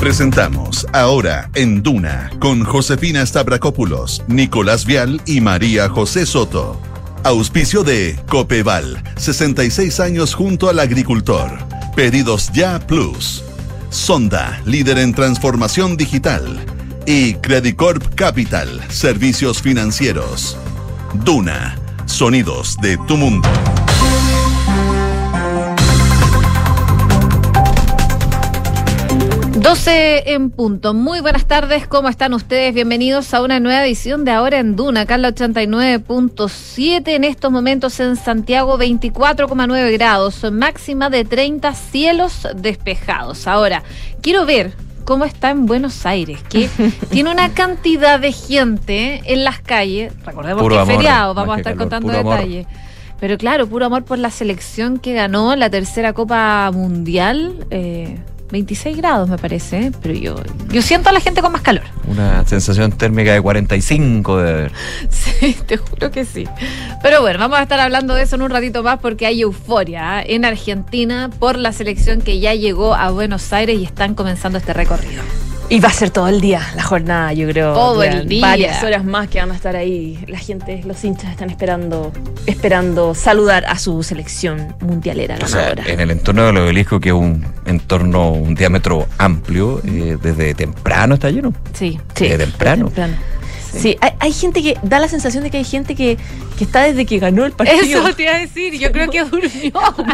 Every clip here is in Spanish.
Presentamos ahora en Duna con Josefina Stavrakopoulos, Nicolás Vial y María José Soto. Auspicio de Copeval, 66 años junto al agricultor. Pedidos Ya Plus. Sonda, líder en transformación digital. Y Credicorp Capital, servicios financieros. Duna, sonidos de tu mundo. En punto. Muy buenas tardes, ¿cómo están ustedes? Bienvenidos a una nueva edición de Ahora en Duna, acá en la 89.7. En estos momentos en Santiago, 24,9 grados, máxima de 30, cielos despejados. Ahora, quiero ver cómo está en Buenos Aires, que tiene una cantidad de gente en las calles. Recordemos puro que es feriado, vamos a estar contando detalles. Pero claro, puro amor por la selección que ganó la tercera Copa Mundial. 26 grados me parece, pero yo siento a la gente con más calor. Una sensación térmica de 45 debe haber. Sí, te juro que sí. Pero bueno, vamos a estar hablando de eso en un ratito más porque hay euforia en Argentina por la selección que ya llegó a Buenos Aires y están comenzando este recorrido. Y va a ser todo el día la jornada, yo creo. Todo el día. Varias horas más que van a estar ahí. La gente, los hinchas están esperando saludar a su selección mundialera. O sea, en el entorno del obelisco, que es un diámetro amplio, desde temprano está lleno. Sí. Desde temprano. Sí, hay gente que da la sensación de que hay gente que está desde que ganó el partido. Eso te iba a decir, yo creo que durmió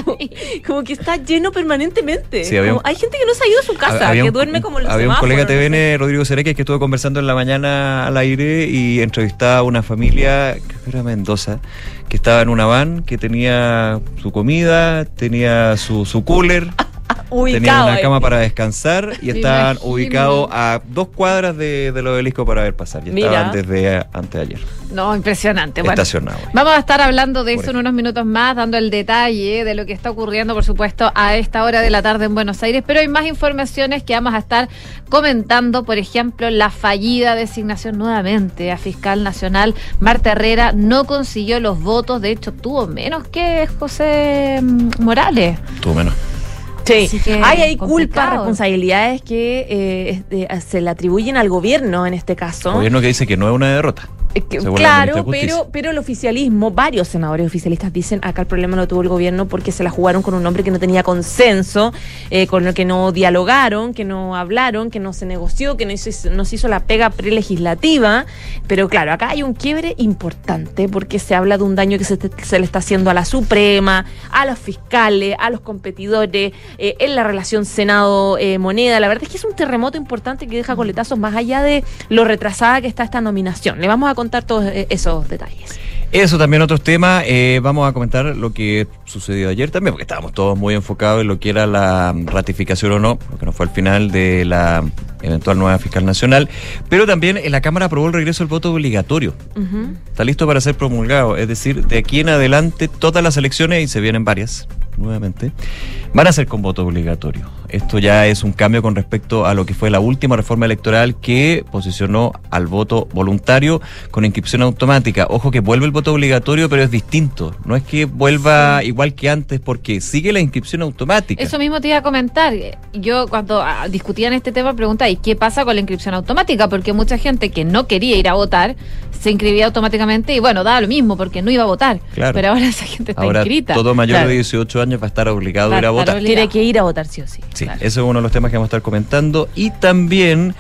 como que está lleno permanentemente. Sí, hay gente que no se ha ido a su casa, que duerme como los había semáforos. Un colega TVN, Rodrigo Cereque, que estuvo conversando en la mañana al aire y entrevistaba a una familia, creo que era Mendoza, que estaba en una van, que tenía su comida, tenía su cooler. Tenían una cama para descansar y estaban ubicados a 2 cuadras del obelisco para ver pasar. Y estaban desde antes de ayer. No, impresionante. Bueno, estacionado. Vamos a estar hablando de eso en unos minutos más, dando el detalle de lo que está ocurriendo, por supuesto, a esta hora de la tarde en Buenos Aires. Pero hay más informaciones que vamos a estar comentando. Por ejemplo, la fallida designación nuevamente a fiscal nacional. Marta Herrera no consiguió los votos. De hecho, tuvo menos que José Morales. Tuvo menos. Sí, hay culpas, responsabilidades que se le atribuyen al gobierno en este caso. El gobierno que dice que no es una derrota. Claro, pero el oficialismo, varios senadores oficialistas dicen acá el problema lo tuvo el gobierno porque se la jugaron con un hombre que no tenía consenso, con el que no dialogaron, que no hablaron, que no se negoció, que no se hizo la pega prelegislativa. Pero claro, acá hay un quiebre importante porque se habla de un daño que se le está haciendo a la Suprema, a los fiscales, a los competidores, en la relación Senado-Moneda. La verdad es que es un terremoto importante que deja coletazos más allá de lo retrasada que está esta nominación. Le vamos a contar todos esos detalles. Eso también otros temas. Vamos a comentar lo que sucedió ayer también, porque estábamos todos muy enfocados en lo que era la ratificación o no, lo que no fue al final de la eventual nueva fiscal nacional, pero también en la Cámara aprobó el regreso del voto obligatorio. Uh-huh. Está listo para ser promulgado, es decir, de aquí en adelante todas las elecciones, y se vienen varias nuevamente, van a ser con voto obligatorio. Esto ya es un cambio con respecto a lo que fue la última reforma electoral que posicionó al voto voluntario con inscripción automática. Ojo que vuelve el voto obligatorio, pero es distinto. No es que vuelva igual que antes, porque sigue la inscripción automática. Eso mismo te iba a comentar. Yo cuando discutían este tema preguntaba, ¿y qué pasa con la inscripción automática? Porque mucha gente que no quería ir a votar se inscribía automáticamente y bueno, daba lo mismo porque no iba a votar. Claro. Pero ahora esa gente está inscrita. Todo mayor de 18 años va a estar obligado a ir a votar. Tiene que ir a votar sí o sí. Sí, claro. Eso es uno de los temas que vamos a estar comentando. Y también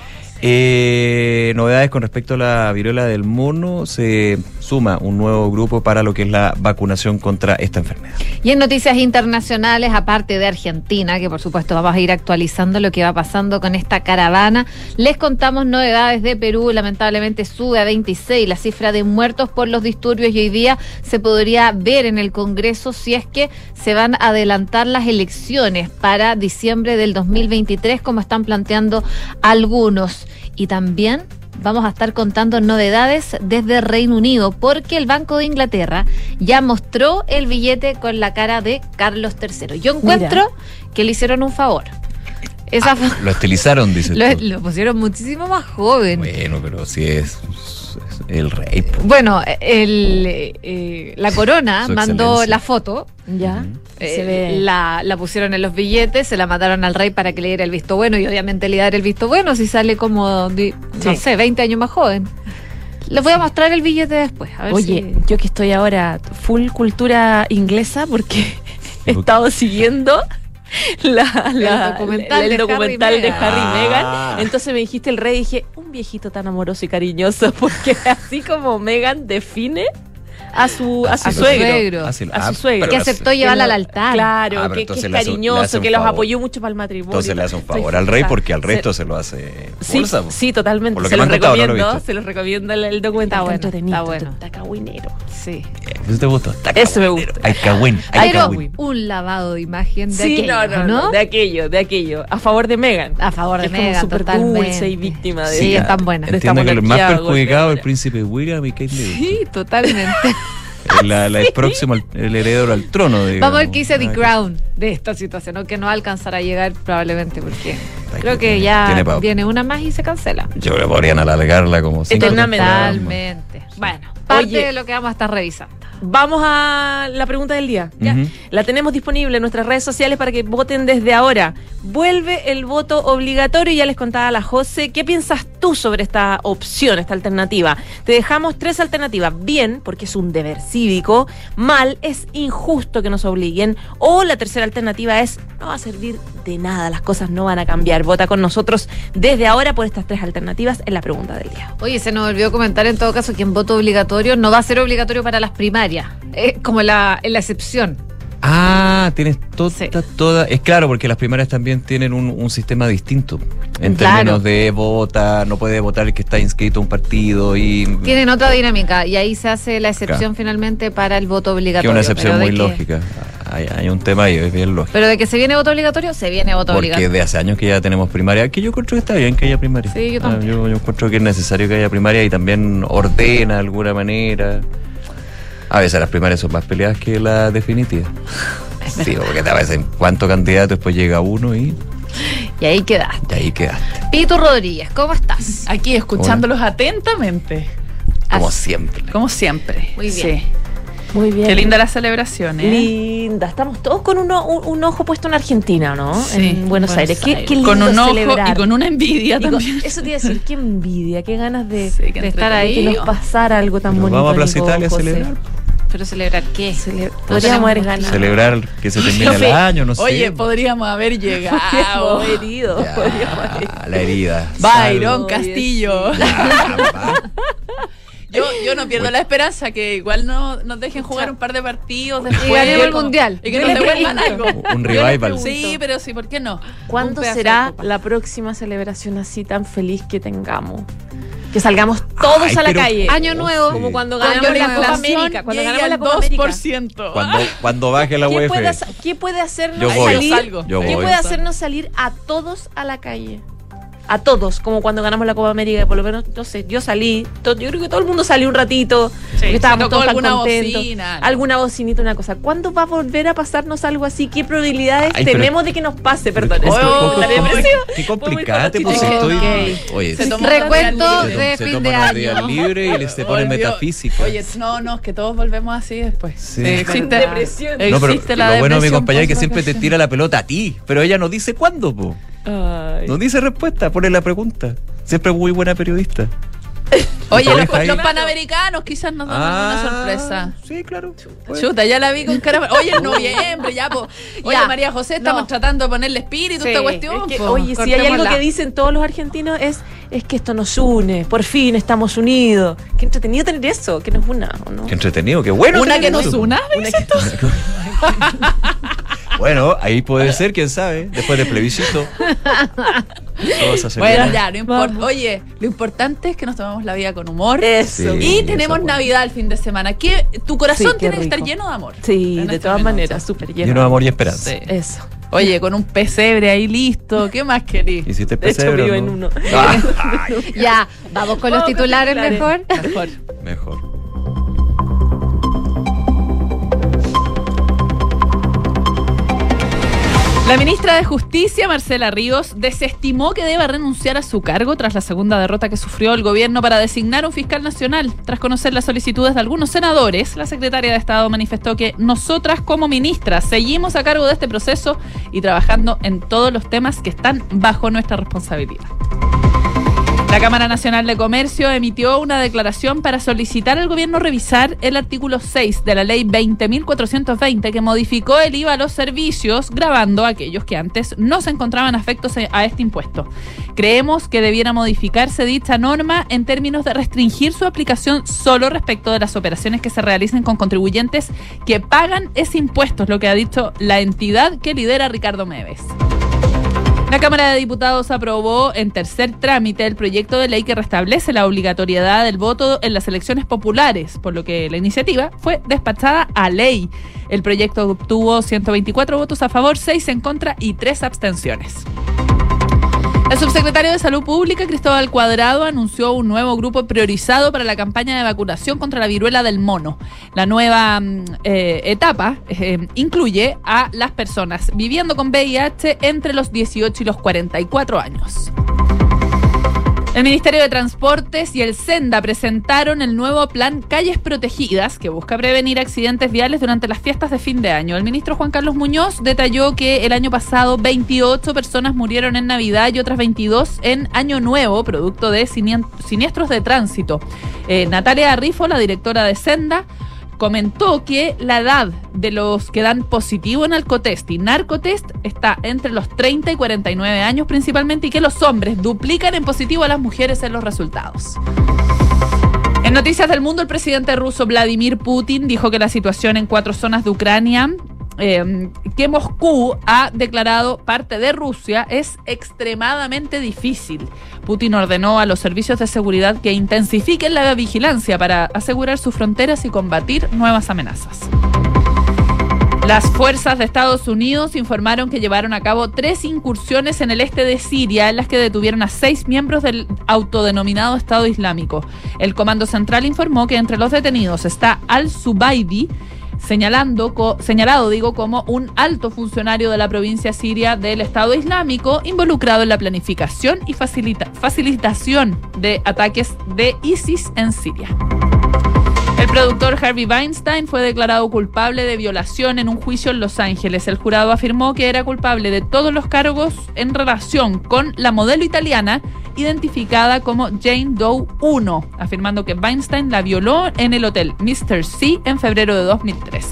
novedades con respecto a la viruela del mono. Se suma un nuevo grupo para lo que es la vacunación contra esta enfermedad. Y en noticias internacionales, aparte de Argentina, que por supuesto vamos a ir actualizando lo que va pasando con esta caravana, les contamos novedades de Perú. Lamentablemente sube a 26 la cifra de muertos por los disturbios y hoy día se podría ver en el Congreso si es que se van a adelantar las elecciones para diciembre del 2023, como están planteando algunos. Y también vamos a estar contando novedades desde Reino Unido, porque el Banco de Inglaterra ya mostró el billete con la cara de Carlos III. Yo encuentro que le hicieron un favor. Lo estilizaron, dice. Lo pusieron muchísimo más joven. Bueno, pero si es el rey. Bueno, la corona mandó la foto. Ya. La pusieron en los billetes, se la mandaron al rey para que le diera el visto bueno y obviamente le iba a dar el visto bueno si sale como, no sé, 20 años más joven. Les voy a mostrar el billete después. A ver. Oye, yo que estoy ahora full cultura inglesa porque he estado siguiendo el documental de Harry y Meghan. Entonces me dijiste el rey y dije, un viejito tan amoroso y cariñoso, porque así como Meghan define a su suegro. A su suegro. Que aceptó llevarla al altar. Claro, que es cariñoso, que los apoyó mucho para el matrimonio. Entonces le hace un favor al rey porque al resto se lo hace bolsa. Sí, totalmente. Se los recomiendo el documental. Está entretenido. Está cagüinero. Sí. ¿Eso te gustó? Eso me gusta. Hay cagüín. Pero un lavado de imagen de aquello, ¿no? De aquello. A favor de Meghan. A favor de Meghan, súper dulce y víctima de... Sí, es tan buena. Entiendo que el más perjudicado es el príncipe William y Kate Middleton. Sí, totalmente. El próximo, el heredero al trono, digamos. Vamos a ver qué dice The Crown de esta situación, aunque no va a alcanzar a llegar probablemente porque creo que ya viene una más y se cancela. Yo creo que podrían alargarla como totalmente. Bueno, parte de lo que vamos a estar revisando. Vamos a la pregunta del día. Ya. La tenemos disponible en nuestras redes sociales para que voten desde ahora. Vuelve el voto obligatorio. Ya les contaba a la José. ¿Qué piensas tú sobre esta opción, esta alternativa? Te dejamos 3 alternativas. Bien, porque es un deber cívico. Mal, es injusto que nos obliguen. O la tercera alternativa es, no va a servir de nada, las cosas no van a cambiar. Vota con nosotros desde ahora por estas 3 alternativas en la pregunta del día. Oye, se nos olvidó comentar en todo caso que en voto obligatorio no va a ser obligatorio para las primarias. Como en la excepción. Tienes toda. Es claro, porque las primarias también tienen un sistema distinto. En términos de vota, no puede votar el que está inscrito a un partido y. Tienen otra dinámica y ahí se hace la excepción finalmente para el voto obligatorio. Que es una excepción muy lógica. Hay un tema ahí, es bien lógico. Pero de que se viene voto obligatorio, se viene voto obligatorio. Porque de hace años que ya tenemos primaria, que yo encuentro que está bien que haya primaria. Sí, yo también. Yo encuentro que es necesario que haya primaria y también ordena de alguna manera. A veces las primarias son más peleadas que las definitivas. Sí, porque a veces en cuánto candidato después llega uno y ahí quedaste. Pito Rodríguez, ¿cómo estás? Aquí escuchándolos atentamente. Como siempre. Muy bien. Sí. Muy bien. Qué linda la celebración, ¿eh? Linda. Estamos todos con un ojo puesto en Argentina, ¿no? Sí, en Buenos Aires. Qué lindo con un ojo celebrar. y con una envidia también. Eso te iba a decir, qué envidia, qué ganas de estar ahí. Que nos pasara algo tan bonito. Vamos a Plaza Italia a celebrar. ¿Pero celebrar qué? Podríamos haber ganado. Celebrar que se termine el año, no sé. Oye, podríamos haber llegado. Podríamos haber ido. La herida. Byron Castillo. Yo no pierdo la esperanza que igual nos dejen jugar un par de partidos después. Y ganemos el mundial. Y que nos devuelvan algo. Un revival. Sí, pero sí, ¿por qué no? ¿Cuándo será la próxima celebración así tan feliz que tengamos? Que salgamos todos a la calle. Año nuevo. Como cuando ganamos la Copa América. Cuando ganamos la Copa América. 2%. Cuando baje la UEFA. ¿Qué puede hacernos Yo voy. salir? Yo ¿Qué voy. puede hacernos salir a todos a la calle? A todos, como cuando ganamos la Copa América, por lo menos, no sé, yo salí, yo creo que todo el mundo salió un ratito, porque estábamos todos tan contentos. Alguna bocinita, una cosa. ¿Cuándo va a volver a pasarnos algo así? ¿Qué probabilidades tenemos de que nos pase? Perdón. Qué complicada te pusiste. Oye, recuento de fin de año. Día libre y se pone metafísica. Oye, no, es que todos volvemos así después. Sí. Existe depresión. No, pero la lo bueno de mi depresión compañera es que siempre te tira la pelota a ti, pero ella no dice cuándo, po. No dice respuesta, pone la pregunta. Siempre muy buena periodista. Oye, los panamericanos quizás nos dan una sorpresa. Sí, claro. Chuta, ya la vi con cara. Oye, en noviembre, ya, po. Oye, ya, María José, estamos tratando de ponerle espíritu a esta cuestión. Es que, oye, si hay algo que dicen todos los argentinos es que esto nos une, por fin estamos unidos. Qué entretenido tener eso, que nos una, ¿o no? Qué entretenido, qué bueno. Una que nos una, Bueno, ahí puede ser, quién sabe, después del plebiscito. Bueno, ya, no importa. Oye, lo importante es que nos tomamos la vida con humor. Eso. Y tenemos Navidad el fin de semana. Que tu corazón tiene que estar lleno de amor. Sí, de todas maneras, súper lleno. Lleno de amor y esperanza. Sí. Eso. Oye, con un pesebre ahí listo. ¿Qué más querís? ¿Hiciste De hecho, pesebre? vivo en uno. Ya, vamos con los titulares mejor. Mejor. La ministra de Justicia, Marcela Ríos, desestimó que deba renunciar a su cargo tras la segunda derrota que sufrió el gobierno para designar un fiscal nacional. Tras conocer las solicitudes de algunos senadores, la secretaria de Estado manifestó que nosotras como ministras seguimos a cargo de este proceso y trabajando en todos los temas que están bajo nuestra responsabilidad. La Cámara Nacional de Comercio emitió una declaración para solicitar al gobierno revisar el artículo 6 de la ley 20.420 que modificó el IVA a los servicios, gravando a aquellos que antes no se encontraban afectos a este impuesto. Creemos que debiera modificarse dicha norma en términos de restringir su aplicación solo respecto de las operaciones que se realicen con contribuyentes que pagan ese impuesto, es lo que ha dicho la entidad que lidera Ricardo Meves. La Cámara de Diputados aprobó en tercer trámite el proyecto de ley que restablece la obligatoriedad del voto en las elecciones populares, por lo que la iniciativa fue despachada a ley. El proyecto obtuvo 124 votos a favor, 6 en contra y 3 abstenciones. El subsecretario de Salud Pública, Cristóbal Cuadrado, anunció un nuevo grupo priorizado para la campaña de vacunación contra la viruela del mono. La nueva etapa incluye a las personas viviendo con VIH entre los 18 y los 44 años. El Ministerio de Transportes y el Senda presentaron el nuevo plan Calles Protegidas, que busca prevenir accidentes viales durante las fiestas de fin de año. El ministro Juan Carlos Muñoz detalló que el año pasado 28 personas murieron en Navidad y otras 22 en Año Nuevo, producto de siniestros de tránsito. Natalia Arrifo, la directora de Senda, comentó que la edad de los que dan positivo en Alcotest y Narcotest está entre los 30 y 49 años principalmente, y que los hombres duplican en positivo a las mujeres en los resultados. En Noticias del Mundo, el presidente ruso Vladimir Putin dijo que la situación en 4 zonas de Ucrania que Moscú ha declarado parte de Rusia es extremadamente difícil. Putin ordenó a los servicios de seguridad que intensifiquen la vigilancia para asegurar sus fronteras y combatir nuevas amenazas. Las fuerzas de Estados Unidos informaron que llevaron a cabo 3 incursiones en el este de Siria, en las que detuvieron a 6 miembros del autodenominado Estado Islámico. El Comando Central informó que entre los detenidos está Al-Zubaydi, señalado como un alto funcionario de la provincia siria del Estado Islámico, involucrado en la planificación y facilitación de ataques de ISIS en Siria. El productor Harvey Weinstein fue declarado culpable de violación en un juicio en Los Ángeles. El jurado afirmó que era culpable de todos los cargos en relación con la modelo italiana identificada como Jane Doe 1, afirmando que Weinstein la violó en el hotel Mr. C en febrero de 2013.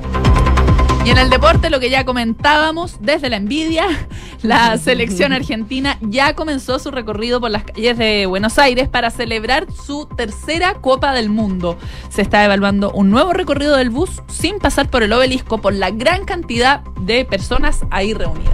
Y en el deporte, lo que ya comentábamos, desde la envidia, la selección argentina ya comenzó su recorrido por las calles de Buenos Aires para celebrar su tercera Copa del Mundo. Se está evaluando un nuevo recorrido del bus sin pasar por el obelisco por la gran cantidad de personas ahí reunidas.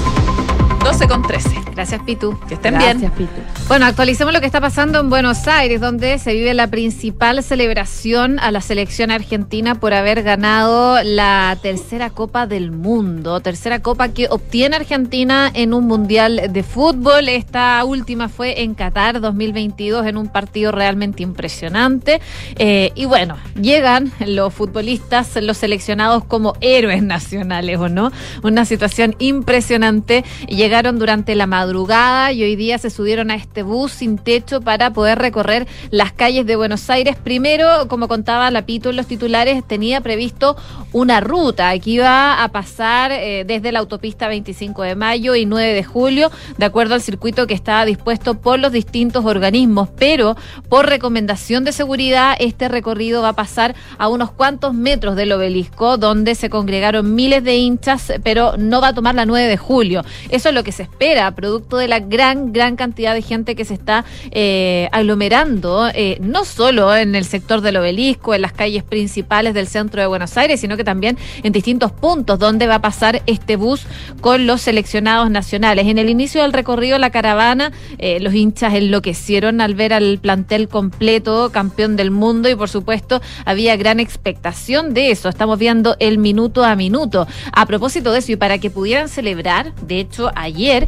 12:13. Gracias, Pitu. Que estén bien. Gracias, Pitu. Bueno, actualicemos lo que está pasando en Buenos Aires, donde se vive la principal celebración a la selección argentina por haber ganado la tercera Copa del Mundo. Tercera Copa que obtiene Argentina en un Mundial de Fútbol. Esta última fue en Qatar 2022, en un partido realmente impresionante. Y bueno, llegan los futbolistas, los seleccionados como héroes nacionales, ¿o no? Una situación impresionante. Llegaron durante la madrugada y hoy día se subieron a este bus sin techo para poder recorrer las calles de Buenos Aires. Primero, como contaba la Pitu en los titulares, tenía previsto una ruta que iba a pasar desde la autopista 25 de mayo y 9 de julio, de acuerdo al circuito que estaba dispuesto por los distintos organismos, pero por recomendación de seguridad, este recorrido va a pasar a unos cuantos metros del obelisco, donde se congregaron miles de hinchas, pero no va a tomar la 9 de julio. Eso es lo que se espera, producto de la gran cantidad de gente que se está aglomerando, no solo en el sector del obelisco, en las calles principales del centro de Buenos Aires, sino que también en distintos puntos donde va a pasar este bus con los seleccionados nacionales. En el inicio del recorrido, la caravana, los hinchas enloquecieron al ver al plantel completo, campeón del mundo, y por supuesto había gran expectación de eso. Estamos viendo el minuto a minuto. A propósito de eso, y para que pudieran celebrar, de hecho, ayer ayer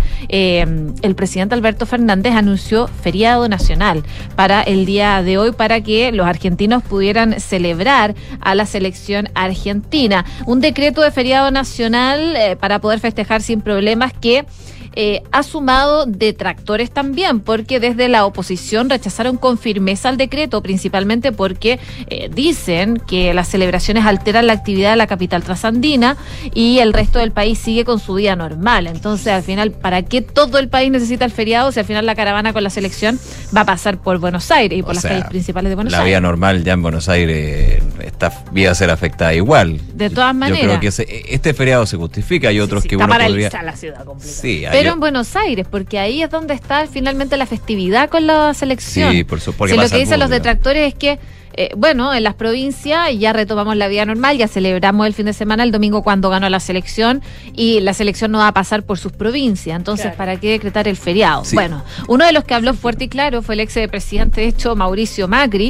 el presidente Alberto Fernández anunció feriado nacional para el día de hoy para que los argentinos pudieran celebrar a la selección argentina. Un decreto de feriado nacional para poder festejar sin problemas que ha sumado detractores también, porque desde la oposición rechazaron con firmeza el decreto, principalmente porque dicen que las celebraciones alteran la actividad de la capital trasandina y el resto del país sigue con su vida normal. Entonces, al final, ¿para qué todo el país necesita el feriado si al final la caravana con la selección va a pasar por Buenos Aires y por las calles principales de Buenos Aires? La vida normal ya en Buenos Aires está vía a ser afectada igual. De todas maneras. Yo creo que este feriado se justifica, hay otros que uno podría... la ciudad completa. Sí, pero en Buenos Aires, porque ahí es donde está finalmente la festividad con la selección. Sí, por supuesto. Si lo que dicen los detractores es que en las provincias ya retomamos la vida normal, ya celebramos el fin de semana, el domingo cuando ganó la selección, y la selección no va a pasar por sus provincias, entonces claro, ¿para qué decretar el feriado? Sí. Bueno, uno de los que habló fuerte y claro fue el ex presidente, de hecho, Mauricio Macri,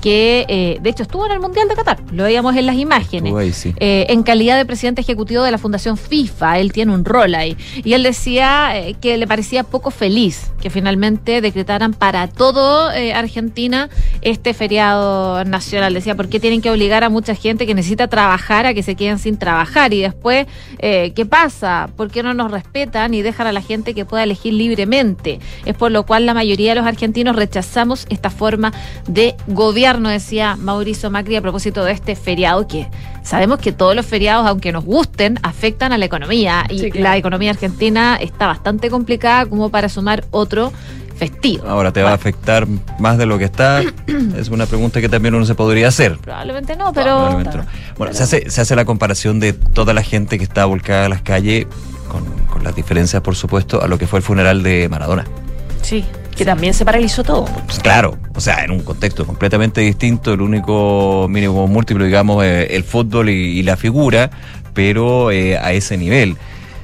que de hecho estuvo en el Mundial de Qatar, lo veíamos en las imágenes, ahí, sí. En calidad de presidente ejecutivo de la Fundación FIFA, él tiene un rol ahí, y él decía que le parecía poco feliz que finalmente decretaran para todo Argentina este feriado nacional. Decía, ¿por qué tienen que obligar a mucha gente que necesita trabajar a que se queden sin trabajar? Y después, ¿qué pasa? ¿Por qué no nos respetan y dejan a la gente que pueda elegir libremente? Es por lo cual la mayoría de los argentinos rechazamos esta forma de gobierno, decía Mauricio Macri a propósito de este feriado, que sabemos que todos los feriados, aunque nos gusten, afectan a la economía, y sí, claro, la economía argentina está bastante complicada como para sumar otro festivo. Ahora, ¿te va a afectar más de lo que está? Es una pregunta que también uno se podría hacer. Probablemente no, pero... Probablemente no. Bueno, se hace la comparación de toda la gente que está volcada a las calles, con las diferencias, por supuesto, a lo que fue el funeral de Maradona. Sí, que también se paralizó todo. Pues claro, o sea, en un contexto completamente distinto, el único mínimo múltiplo, digamos, el fútbol y la figura, pero a ese nivel.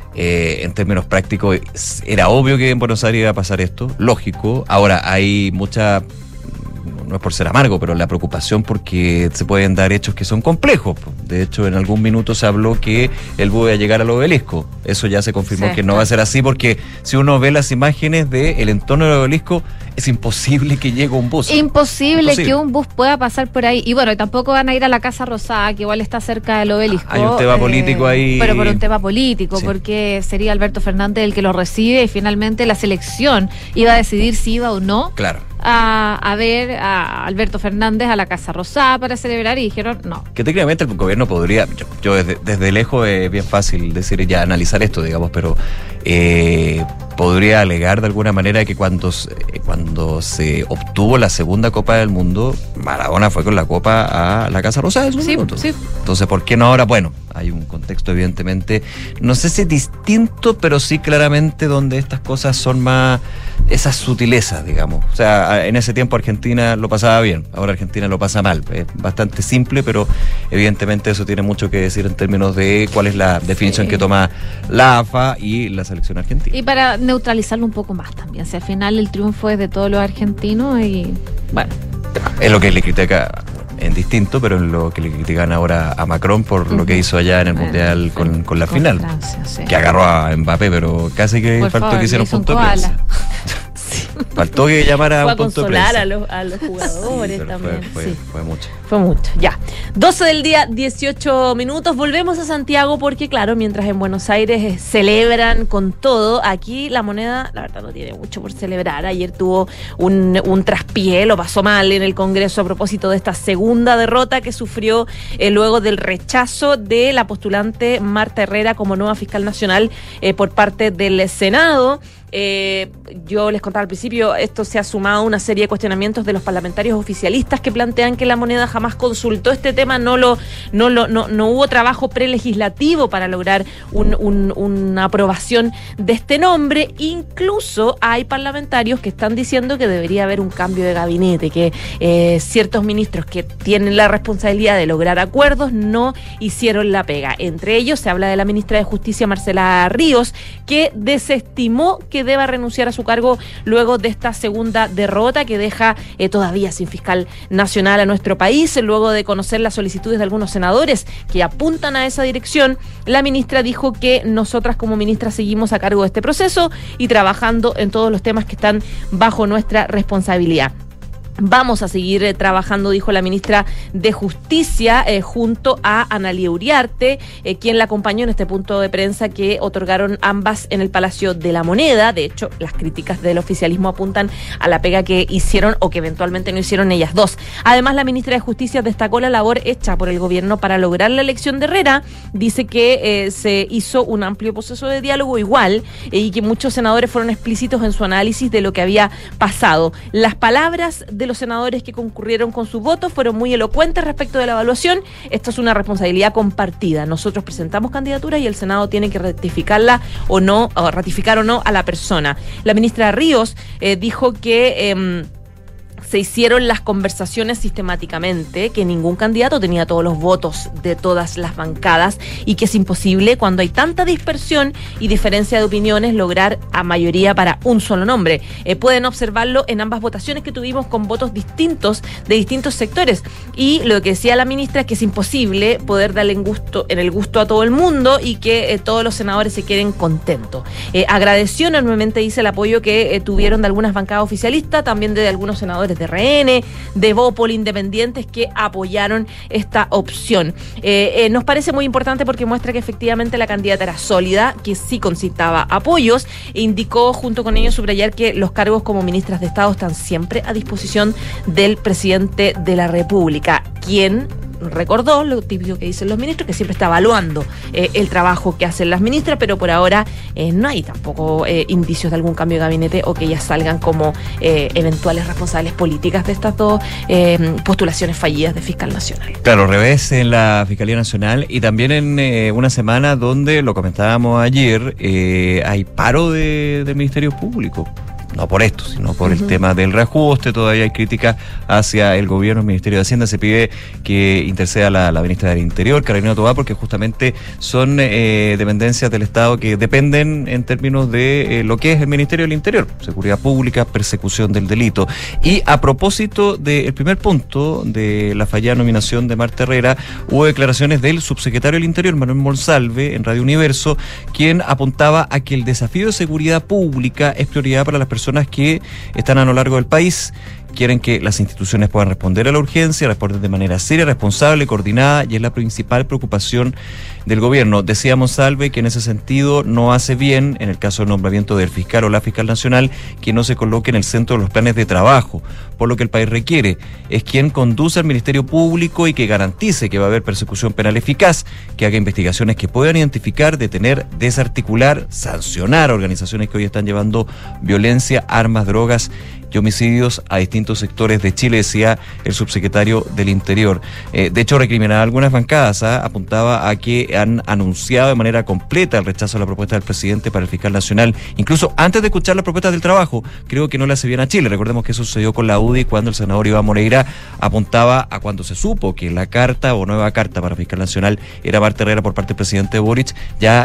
En términos prácticos, era obvio que en Buenos Aires iba a pasar esto, lógico. Ahora hay mucha, no es por ser amargo, pero la preocupación porque se pueden dar hechos que son complejos. De hecho, en algún minuto se habló que él iba a llegar al obelisco. Eso ya se confirmó, sí, que no va a ser así, porque si uno ve las imágenes del entorno del obelisco, es imposible que llegue un bus. Imposible que un bus pueda pasar por ahí. Y bueno, tampoco van a ir a la Casa Rosada, que igual está cerca del obelisco. Hay un tema político ahí. Pero por un tema político, sí, porque sería Alberto Fernández el que lo recibe, y finalmente la selección iba a decidir si iba o no. Claro. A ver a Alberto Fernández a la Casa Rosada para celebrar, y dijeron no. Que técnicamente el gobierno podría, yo desde lejos es bien fácil decir, ya analizar esto, digamos, pero podría alegar de alguna manera que cuando se obtuvo la segunda Copa del Mundo, Maradona fue con la Copa a la Casa Rosada. Sí. Entonces, ¿por qué no ahora? Bueno, hay un contexto evidentemente, no sé si distinto, pero sí claramente donde estas cosas son más, esas sutilezas, digamos. O sea, en ese tiempo Argentina lo pasaba bien, ahora Argentina lo pasa mal. Es bastante simple, pero evidentemente eso tiene mucho que decir en términos de cuál es la definición que toma la AFA y la selección argentina. Y para neutralizarlo un poco más también, si al final el triunfo es de todos los argentinos, y bueno. Es lo que le critica en distinto, pero en lo que le critican ahora a Macron por lo que hizo allá en el Mundial con la final. Francia, sí. Que agarró a Mbappé, pero casi que por faltó favor, que hiciera un punto de prensa. Faltó que llamara a un punto de prensa. A los jugadores, sí, también. Fue mucho. Fue mucho, ya. 12 del día, 18 minutos. Volvemos a Santiago porque, claro, mientras en Buenos Aires celebran con todo, aquí la moneda, la verdad, no tiene mucho por celebrar. Ayer tuvo un traspié, lo pasó mal en el Congreso a propósito de esta segunda derrota que sufrió luego del rechazo de la postulante Marta Herrera como nueva fiscal nacional por parte del Senado. Yo les contaba al principio, esto se ha sumado a una serie de cuestionamientos de los parlamentarios oficialistas que plantean que la moneda jamás consultó este tema, no hubo trabajo prelegislativo para lograr una aprobación de este nombre. Incluso hay parlamentarios que están diciendo que debería haber un cambio de gabinete, que ciertos ministros que tienen la responsabilidad de lograr acuerdos no hicieron la pega. Entre ellos se habla de la ministra de Justicia, Marcela Ríos, que desestimó que que deba renunciar a su cargo luego de esta segunda derrota que deja todavía sin fiscal nacional a nuestro país. Luego de conocer las solicitudes de algunos senadores que apuntan a esa dirección, la ministra dijo que nosotras como ministra seguimos a cargo de este proceso y trabajando en todos los temas que están bajo nuestra responsabilidad. Vamos a seguir trabajando, dijo la ministra de Justicia, junto a Analía Uriarte, quien la acompañó en este punto de prensa que otorgaron ambas en el Palacio de la Moneda. De hecho, las críticas del oficialismo apuntan a la pega que hicieron o que eventualmente no hicieron ellas dos. Además, la ministra de Justicia destacó la labor hecha por el gobierno para lograr la elección de Herrera. Dice que se hizo un amplio proceso de diálogo igual y que muchos senadores fueron explícitos en su análisis de lo que había pasado. Las palabras de los senadores que concurrieron con su voto fueron muy elocuentes respecto de la evaluación. Esto es una responsabilidad compartida. Nosotros presentamos candidaturas y el Senado tiene que ratificarla o no, o ratificar o no a la persona. La ministra Ríos dijo que se hicieron las conversaciones sistemáticamente, que ningún candidato tenía todos los votos de todas las bancadas y que es imposible, cuando hay tanta dispersión y diferencia de opiniones, lograr a mayoría para un solo nombre. Pueden observarlo en ambas votaciones que tuvimos con votos distintos de distintos sectores. Y lo que decía la ministra es que es imposible poder darle en el gusto a todo el mundo y que todos los senadores se queden contentos. Agradeció enormemente, dice, el apoyo que tuvieron de algunas bancadas oficialistas, también de algunos senadores de RN, de Bópoli, independientes que apoyaron esta opción. Nos parece muy importante porque muestra que efectivamente la candidata era sólida, que sí concitaba apoyos, e indicó junto con ellos subrayar que los cargos como ministras de Estado están siempre a disposición del presidente de la República, quien recordó lo típico que dicen los ministros, que siempre está evaluando el trabajo que hacen las ministras, pero por ahora no hay tampoco indicios de algún cambio de gabinete o que ellas salgan como eventuales responsables políticas de estas dos postulaciones fallidas de fiscal nacional. Claro, revés en la Fiscalía Nacional y también en una semana donde, lo comentábamos ayer, hay paro del Ministerio Público. No por esto, sino por el tema del reajuste. Todavía hay críticas hacia el gobierno, el Ministerio de Hacienda. Se pide que interceda la ministra del Interior, Carolina Tobar, porque justamente son dependencias del Estado que dependen en términos de lo que es el Ministerio del Interior: seguridad pública, persecución del delito. Y a propósito del primer punto de la fallada nominación de Marta Herrera, hubo declaraciones del subsecretario del Interior, Manuel Monsalve, en Radio Universo, quien apuntaba a que el desafío de seguridad pública es prioridad para las personas que están a lo largo del país. Quieren que las instituciones puedan responder a la urgencia, responder de manera seria, responsable, coordinada, y es la principal preocupación del gobierno. Decía Monsalve que en ese sentido no hace bien, en el caso del nombramiento del fiscal o la fiscal nacional, que no se coloque en el centro de los planes de trabajo. Por lo que el país requiere es quien conduce al Ministerio Público y que garantice que va a haber persecución penal eficaz, que haga investigaciones que puedan identificar, detener, desarticular, sancionar a organizaciones que hoy están llevando violencia, armas, drogas y homicidios a distintos sectores de Chile, decía el subsecretario del Interior. De hecho, recriminaba a algunas bancadas, apuntaba a que han anunciado de manera completa el rechazo a la propuesta del presidente para el fiscal nacional, incluso antes de escuchar las propuestas del trabajo. Creo que no le hace bien a Chile. Recordemos que eso sucedió con la UDI cuando el senador Iván Moreira apuntaba a cuando se supo que la carta o nueva carta para fiscal nacional era Marta Herrera por parte del presidente Boric, ya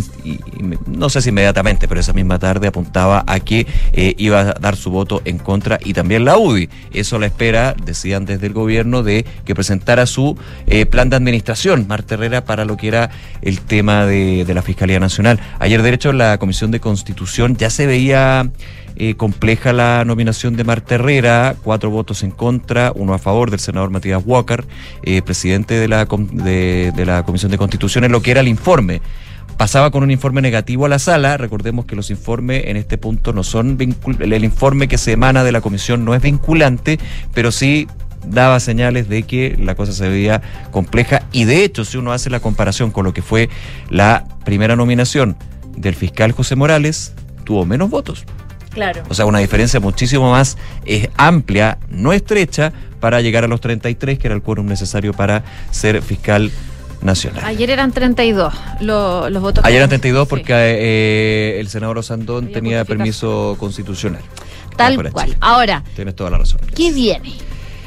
no sé si inmediatamente, pero esa misma tarde apuntaba a que iba a dar su voto en contra, y también la UDI. Eso a la espera, decían desde el gobierno, de que presentara su plan de administración Marta Herrera para lo que era el tema de la Fiscalía Nacional. Ayer, de hecho, la Comisión de Constitución ya se veía compleja la nominación de Marta Herrera: 4 votos en contra, 1 a favor del senador Matías Walker, presidente de la Comisión de Constitución, en lo que era el informe. Pasaba con un informe negativo a la sala. Recordemos que los informes en este punto no son el informe que se emana de la comisión no es vinculante, pero sí daba señales de que la cosa se veía compleja. Y de hecho, si uno hace la comparación con lo que fue la primera nominación del fiscal José Morales, tuvo menos votos. Claro. O sea, una diferencia muchísimo más amplia, no estrecha, para llegar a los 33, que era el quórum necesario para ser fiscal nacional. Ayer eran 32 los votos. Ayer eran 32 porque el senador Osandón tenía permiso constitucional. Tal cual. Ahora, tienes toda la razón. ¿Qué viene?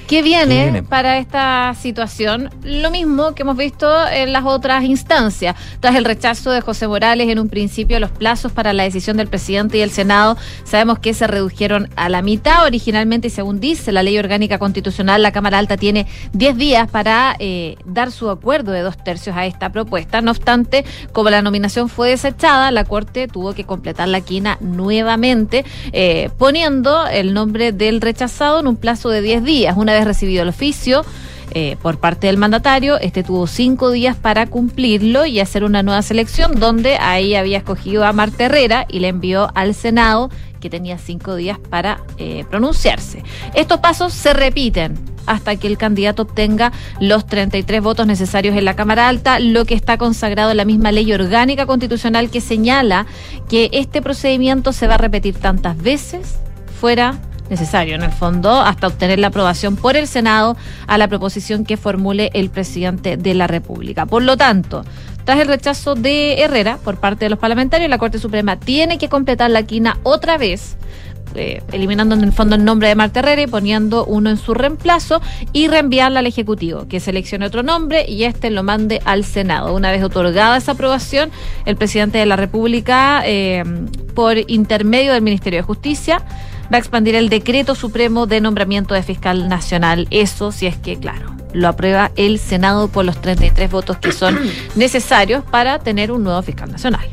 ¿Qué viene para esta situación? Lo mismo que hemos visto en las otras instancias. Tras el rechazo de José Morales en un principio, los plazos para la decisión del presidente y el Senado sabemos que se redujeron a la mitad. Originalmente, y según dice la Ley Orgánica Constitucional, la Cámara Alta tiene 10 días para dar su acuerdo de 2/3 a esta propuesta. No obstante, como la nominación fue desechada, la Corte tuvo que completar la quina nuevamente, poniendo el nombre del rechazado en un plazo de 10 días. Una vez recibido el oficio por parte del mandatario, tuvo 5 días para cumplirlo y hacer una nueva selección, donde ahí había escogido a Marta Herrera y le envió al Senado, que tenía 5 días para pronunciarse. Estos pasos se repiten hasta que el candidato obtenga los 33 votos necesarios en la Cámara Alta, lo que está consagrado en la misma Ley Orgánica Constitucional, que señala que este procedimiento se va a repetir tantas veces fuera necesario, en el fondo, hasta obtener la aprobación por el Senado a la proposición que formule el presidente de la República. Por lo tanto, tras el rechazo de Herrera por parte de los parlamentarios, la Corte Suprema tiene que completar la quina otra vez, eliminando en el fondo el nombre de Marta Herrera y poniendo uno en su reemplazo, y reenviarla al Ejecutivo, que seleccione otro nombre y lo mande al Senado. Una vez otorgada esa aprobación, el presidente de la República, por intermedio del Ministerio de Justicia, va a expandir el decreto supremo de nombramiento de fiscal nacional. Eso si es que, claro, lo aprueba el Senado por los 33 votos que son necesarios para tener un nuevo fiscal nacional.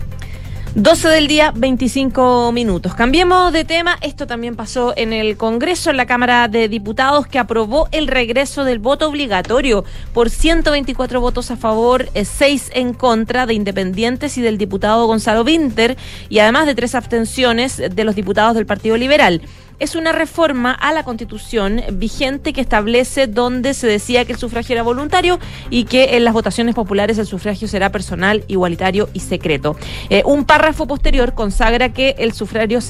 12 del día, 25 minutos. Cambiemos de tema. Esto también pasó en el Congreso, en la Cámara de Diputados, que aprobó el regreso del voto obligatorio por 124 votos a favor, 6 en contra de independientes y del diputado Gonzalo Vinter, y además de 3 abstenciones de los diputados del Partido Liberal. Es una reforma a la Constitución vigente que establece donde se decía que el sufragio era voluntario y que en las votaciones populares el sufragio será personal, igualitario y secreto. Un párrafo posterior consagra que el sufragio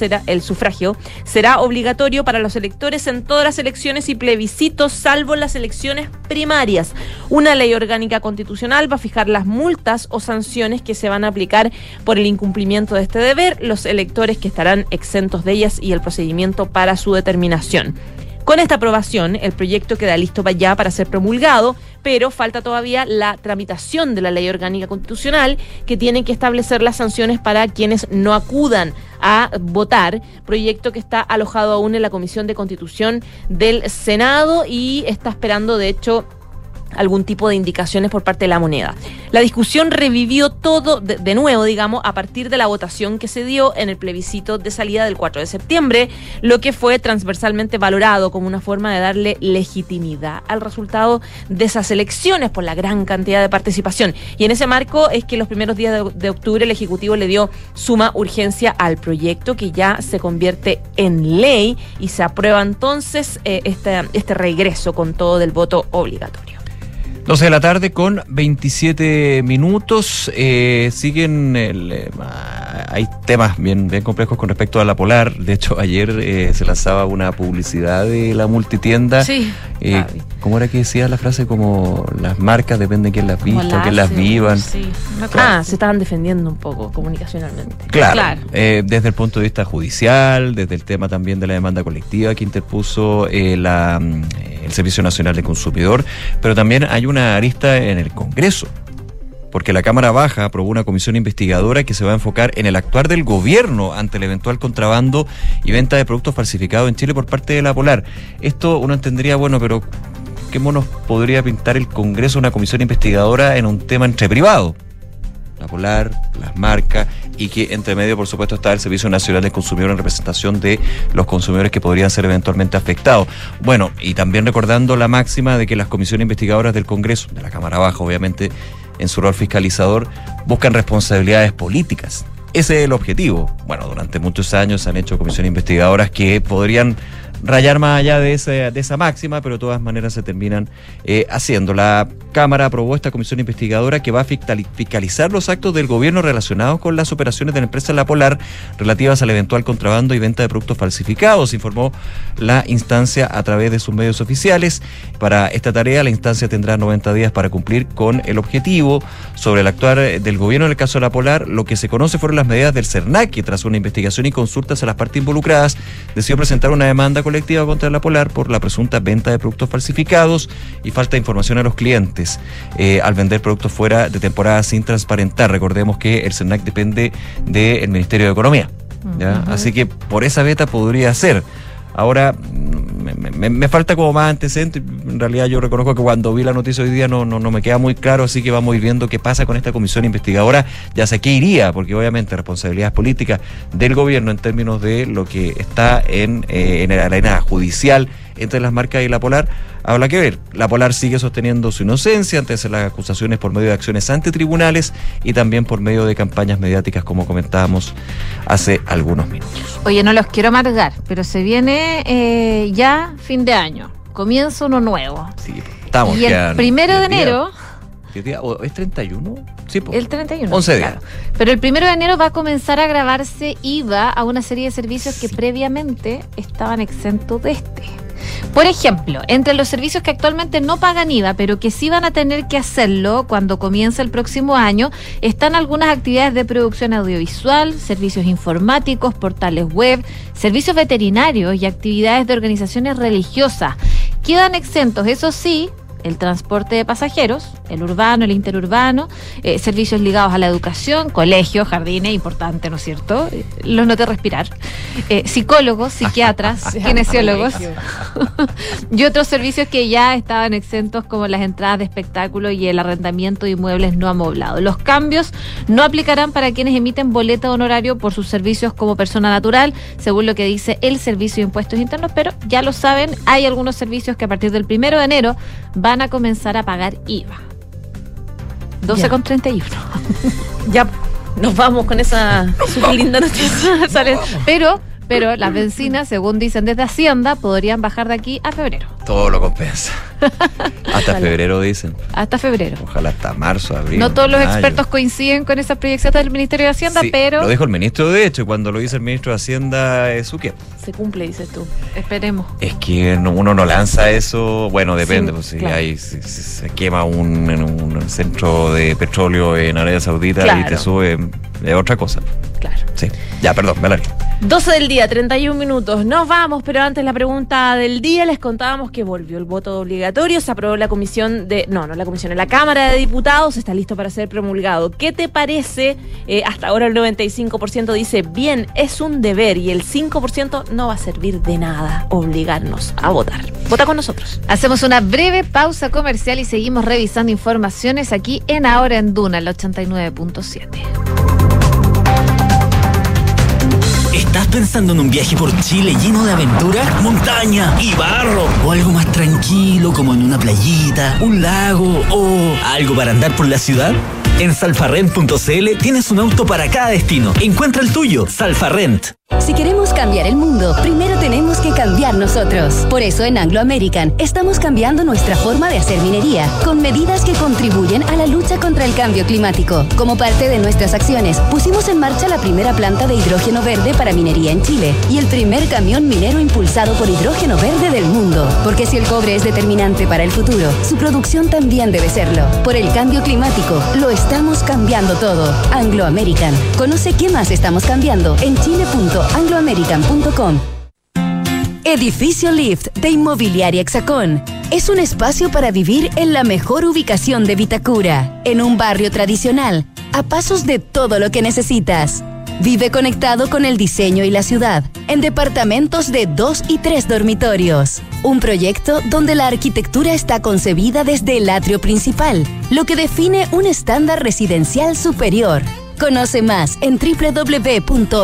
será obligatorio para los electores en todas las elecciones y plebiscitos, salvo las elecciones primarias. Una ley orgánica constitucional va a fijar las multas o sanciones que se van a aplicar por el incumplimiento de este deber, los electores que estarán exentos de ellas y el procedimiento para su determinación. Con esta aprobación, el proyecto queda listo ya para ser promulgado, pero falta todavía la tramitación de la Ley Orgánica Constitucional, que tiene que establecer las sanciones para quienes no acudan a votar, proyecto que está alojado aún en la Comisión de Constitución del Senado y está esperando, de hecho, algún tipo de indicaciones por parte de la moneda. La discusión revivió todo de nuevo, digamos, a partir de la votación que se dio en el plebiscito de salida del 4 de septiembre, lo que fue transversalmente valorado como una forma de darle legitimidad al resultado de esas elecciones por la gran cantidad de participación. Y en ese marco es que los primeros días de octubre el Ejecutivo le dio suma urgencia al proyecto, que ya se convierte en ley y se aprueba entonces este regreso con todo del voto obligatorio. 12 de la tarde con 27 minutos. Hay temas bien complejos con respecto a la Polar. De hecho, ayer se lanzaba una publicidad de la multitienda. Sí. ¿Cómo era que decía la frase? Como las marcas depende de quién las vista, quién las vivan. Sí. Se estaban defendiendo un poco comunicacionalmente. Claro. Desde el punto de vista judicial, desde el tema también de la demanda colectiva que interpuso el Servicio Nacional de Consumidor, pero también hay una arista en el Congreso, porque la Cámara Baja aprobó una comisión investigadora que se va a enfocar en el actuar del gobierno ante el eventual contrabando y venta de productos falsificados en Chile por parte de la Polar. Esto uno entendería, pero ¿qué monos podría pintar el Congreso una comisión investigadora en un tema entre privados? La Polar, las marcas, y que entre medio, por supuesto, está el Servicio Nacional del Consumidor en representación de los consumidores que podrían ser eventualmente afectados. Bueno, y también recordando la máxima de que las comisiones investigadoras del Congreso, de la Cámara Baja, obviamente, en su rol fiscalizador, buscan responsabilidades políticas. Ese es el objetivo. Bueno, durante muchos años se han hecho comisiones investigadoras que podrían rayar más allá de esa máxima, pero de todas maneras se terminan haciendo. La Cámara aprobó esta comisión investigadora que va a fiscalizar los actos del gobierno relacionados con las operaciones de la empresa La Polar relativas al eventual contrabando y venta de productos falsificados, informó la instancia a través de sus medios oficiales. Para esta tarea, la instancia tendrá 90 días para cumplir con el objetivo. Sobre el actuar del gobierno en el caso de La Polar, lo que se conoce fueron las medidas del CERNAC, que tras una investigación y consultas a las partes involucradas, decidió presentar una demanda colectiva contra La Polar por la presunta venta de productos falsificados y falta de información a los clientes al vender productos fuera de temporada sin transparentar. Recordemos que el CERNAC depende del Ministerio de Economía, ¿ya? Así que por esa beta podría ser. Ahora, me falta como más antecedente. En realidad yo reconozco que cuando vi la noticia hoy día no me queda muy claro, así que vamos a ir viendo qué pasa con esta comisión investigadora. Ya sé qué iría, porque obviamente responsabilidades políticas del gobierno en términos de lo que está en la arena judicial entre las marcas y La Polar, habrá que ver. La Polar sigue sosteniendo su inocencia ante las acusaciones por medio de acciones ante tribunales y también por medio de campañas mediáticas, como comentábamos hace algunos minutos. Oye, no los quiero amargar, pero se viene ya fin de año, comienza uno nuevo. Sí, estamos y el 1 de enero... ¿Qué día? ¿Es 31? Sí, el 31. 11 días. Claro. Pero el 1 de enero va a comenzar a grabarse IVA a una serie de servicios que previamente estaban exentos de este. Por ejemplo, entre los servicios que actualmente no pagan IVA, pero que sí van a tener que hacerlo cuando comience el próximo año, están algunas actividades de producción audiovisual, servicios informáticos, portales web, servicios veterinarios y actividades de organizaciones religiosas. Quedan exentos, eso sí, el transporte de pasajeros, el urbano, el interurbano, servicios ligados a la educación, colegios, jardines, importante, ¿no es cierto? Los noté respirar. Psicólogos, psiquiatras, kinesiólogos y otros servicios que ya estaban exentos, como las entradas de espectáculo y el arrendamiento de inmuebles no amoblados. Los cambios no aplicarán para quienes emiten boleta de honorario por sus servicios como persona natural, según lo que dice el Servicio de Impuestos Internos, pero ya lo saben, hay algunos servicios que a partir del 1 de enero van a comenzar a pagar IVA. 12,31. Ya nos vamos con esa súper linda noticia. Pero las bencinas, según dicen desde Hacienda, podrían bajar de aquí a febrero. Todo lo compensa. Hasta febrero dicen. Hasta febrero. Ojalá hasta marzo, abril. No todos los mayo. Expertos coinciden con esas proyecciones del Ministerio de Hacienda, Sí, pero... Lo dijo el ministro, de hecho, y cuando lo dice el ministro de Hacienda, ¿es su qué? Se cumple, dices tú. Esperemos. Es que uno no lanza eso, bueno, depende, Sí, pues si claro. hay, si se quema un centro de petróleo en Arabia Saudita Claro. y te sube, es otra cosa. Claro. Sí, ya, perdón, me alargué. 12 del día, 31 minutos. Nos vamos, pero antes la pregunta del día, les contábamos que volvió el voto obligatorio, se aprobó la comisión de... No la comisión, en la Cámara de Diputados, está listo para ser promulgado. ¿Qué te parece? Hasta ahora el 95% dice bien, es un deber, y el 5% no va a servir de nada obligarnos a votar. Vota con nosotros. Hacemos una breve pausa comercial y seguimos revisando informaciones aquí en Ahora en Duna, el 89.7. ¿Estás pensando en un viaje por Chile lleno de aventura, montaña y barro? ¿O algo más tranquilo como en una playita, un lago o algo para andar por la ciudad? En salfarrent.cl tienes un auto para cada destino. Encuentra el tuyo, Salfarrent. Si queremos cambiar el mundo, primero tenemos que cambiar nosotros. Por eso en Anglo American estamos cambiando nuestra forma de hacer minería, con medidas que contribuyen a la lucha contra el cambio climático. Como parte de nuestras acciones, pusimos en marcha la primera planta de hidrógeno verde para minería en Chile y el primer camión minero impulsado por hidrógeno verde del mundo. Porque si el cobre es determinante para el futuro, su producción también debe serlo. Por el cambio climático, lo estamos cambiando todo. Anglo American. Conoce qué más estamos cambiando en chile.angloamerican.com. Edificio Lift de Inmobiliaria Hexacón. Es un espacio para vivir en la mejor ubicación de Vitacura, en un barrio tradicional, a pasos de todo lo que necesitas. Vive conectado con el diseño y la ciudad, en departamentos de 2 y 3 dormitorios. Un proyecto donde la arquitectura está concebida desde el atrio principal, lo que define un estándar residencial superior. Conoce más en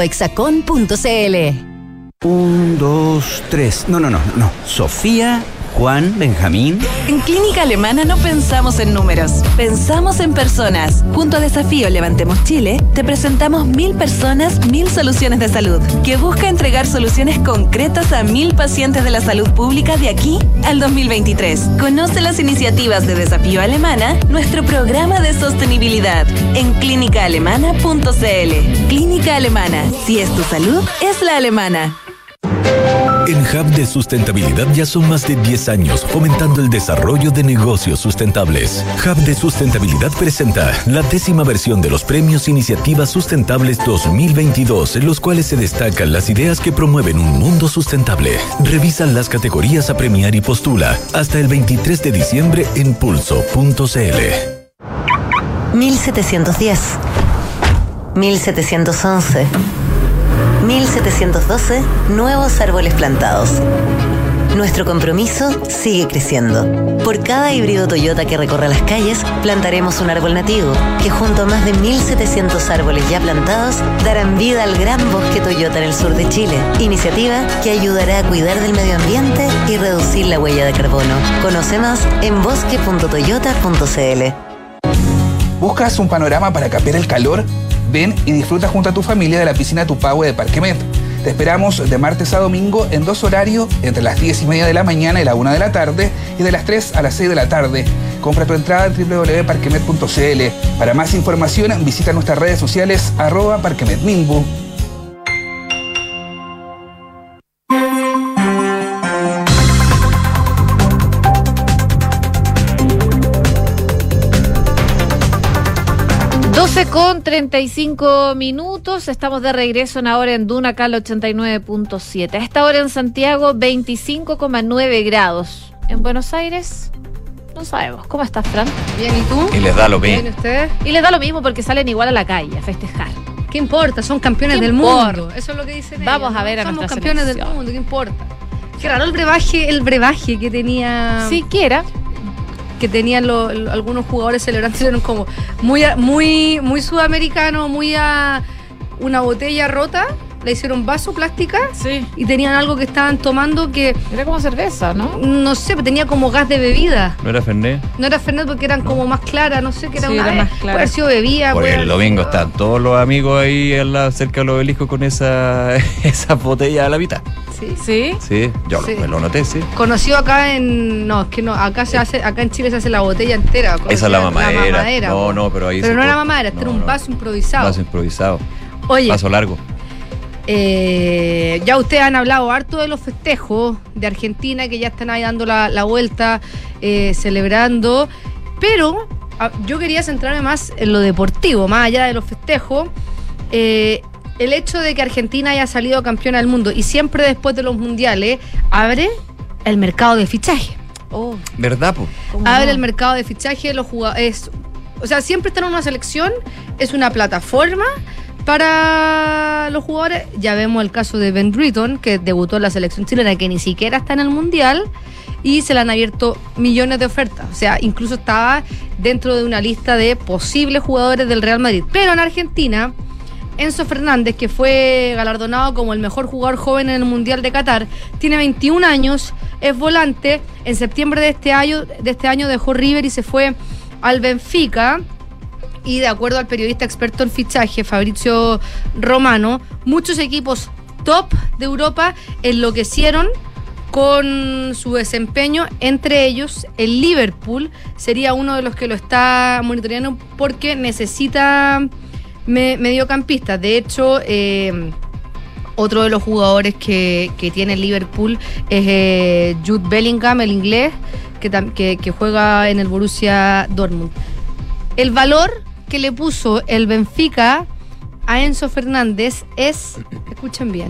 www.hexacon.cl. 1, 2, 3. No. Sofía, Juan, Benjamín. En Clínica Alemana no pensamos en números, pensamos en personas. Junto a Desafío Levantemos Chile, te presentamos 1000 personas, 1000 soluciones de salud, que busca entregar soluciones concretas a 1000 pacientes de la salud pública de aquí al 2023. Conoce las iniciativas de Desafío Alemana, nuestro programa de sostenibilidad, en clínicaalemana.cl. Clínica Alemana, si es tu salud, es la alemana. En Hub de Sustentabilidad ya son más de 10 años fomentando el desarrollo de negocios sustentables. Hub de Sustentabilidad presenta la 10ª versión de los Premios Iniciativas Sustentables 2022, en los cuales se destacan las ideas que promueven un mundo sustentable. Revisa las categorías a premiar y postula hasta el 23 de diciembre en pulso.cl. 1710, 1711, 1712, nuevos árboles plantados. Nuestro compromiso sigue creciendo. Por cada híbrido Toyota que recorra las calles, plantaremos un árbol nativo, que junto a más de 1700 árboles ya plantados, darán vida al gran bosque Toyota en el sur de Chile. Iniciativa que ayudará a cuidar del medio ambiente y reducir la huella de carbono. Conoce más en bosque.toyota.cl. ¿Buscas un panorama para capear el calor? Ven y disfruta junto a tu familia de la piscina Tupahue de Parque Met. Te esperamos de martes a domingo en 2 horarios, entre las 10:30 de la mañana y la 1 de la tarde, y de las 3 a las 6 de la tarde. Compra tu entrada en www.parquemet.cl. Para más información, visita nuestras redes sociales @parquemetminbu. Con 35 minutos, estamos de regreso en Ahora en Duna, acá al 89.7. A esta hora en Santiago, 25,9 grados. En Buenos Aires, no sabemos. ¿Cómo estás, Fran? Bien, ¿y tú? Y les da lo mismo. ¿Bien ustedes? Y les da lo mismo porque salen igual a la calle a festejar. ¿Qué importa? Son campeones del mundo. Eso es lo que dicen Vamos ellos, a ver a Somos nuestra campeones selección. del mundo, ¿qué importa? Qué raro el brebaje que tenía... Siquiera. Que tenían algunos jugadores celebrantes, eran como muy sudamericano, muy a una botella rota, le hicieron vaso plástica, sí, y tenían algo que estaban tomando que... Era como cerveza, ¿no? No sé, pero tenía como gas de bebida. ¿No era Fernet? No era Fernet porque eran como más claras, no sé, que era Sí, una... era más clara. Puede haber sido bebida. Porque puede el haber domingo sido- están todos los amigos ahí cerca del obelisco con esa botella a la mitad. Sí. ¿Sí? Sí, yo Sí. me lo noté, sí. Conocido acá en... No, es que no, acá en Chile se hace la botella entera. Esa es la mamadera. mamadera, No, po. no, pero ahí Pero se no era corta. mamadera, este era un No. vaso improvisado. Vaso improvisado. Oye, Vaso largo. ya ustedes han hablado harto de los festejos de Argentina, que ya están ahí dando la vuelta, celebrando, pero yo quería centrarme más en lo deportivo, más allá de los festejos. El hecho de que Argentina haya salido campeona del mundo y siempre después de los mundiales abre el mercado de fichaje. ¿Verdad, po? Abre el mercado de fichaje, los jugadores, o sea, siempre estar en una selección es una plataforma para los jugadores. Ya vemos el caso de Ben Britton, que debutó en la selección chilena, que ni siquiera está en el mundial, y se le han abierto millones de ofertas. O sea, incluso estaba dentro de una lista de posibles jugadores del Real Madrid. Pero en Argentina, Enzo Fernández, que fue galardonado como el mejor jugador joven en el Mundial de Qatar, tiene 21 años, es volante. En septiembre de este año dejó River y se fue al Benfica. Y de acuerdo al periodista experto en fichaje, Fabrizio Romano, muchos equipos top de Europa enloquecieron con su desempeño, entre ellos el Liverpool sería uno de los que lo está monitoreando porque necesita mediocampistas. De hecho, otro de los jugadores que tiene el Liverpool es Jude Bellingham, el inglés, que juega en el Borussia Dortmund. El valor que le puso el Benfica a Enzo Fernández es, escuchen bien,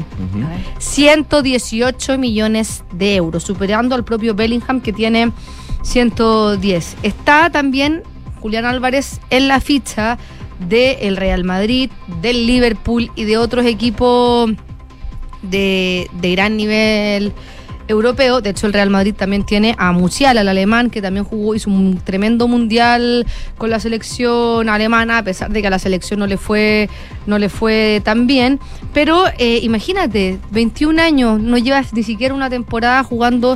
118 millones de euros, superando al propio Bellingham, que tiene 110. Está también Julián Álvarez en la ficha del Real Madrid, del Liverpool y de otros equipos de gran nivel europeo. De hecho, el Real Madrid también tiene a Musiala, el alemán, que también hizo un tremendo mundial con la selección alemana, a pesar de que a la selección no le fue tan bien. Pero imagínate, 21 años, no llevas ni siquiera una temporada jugando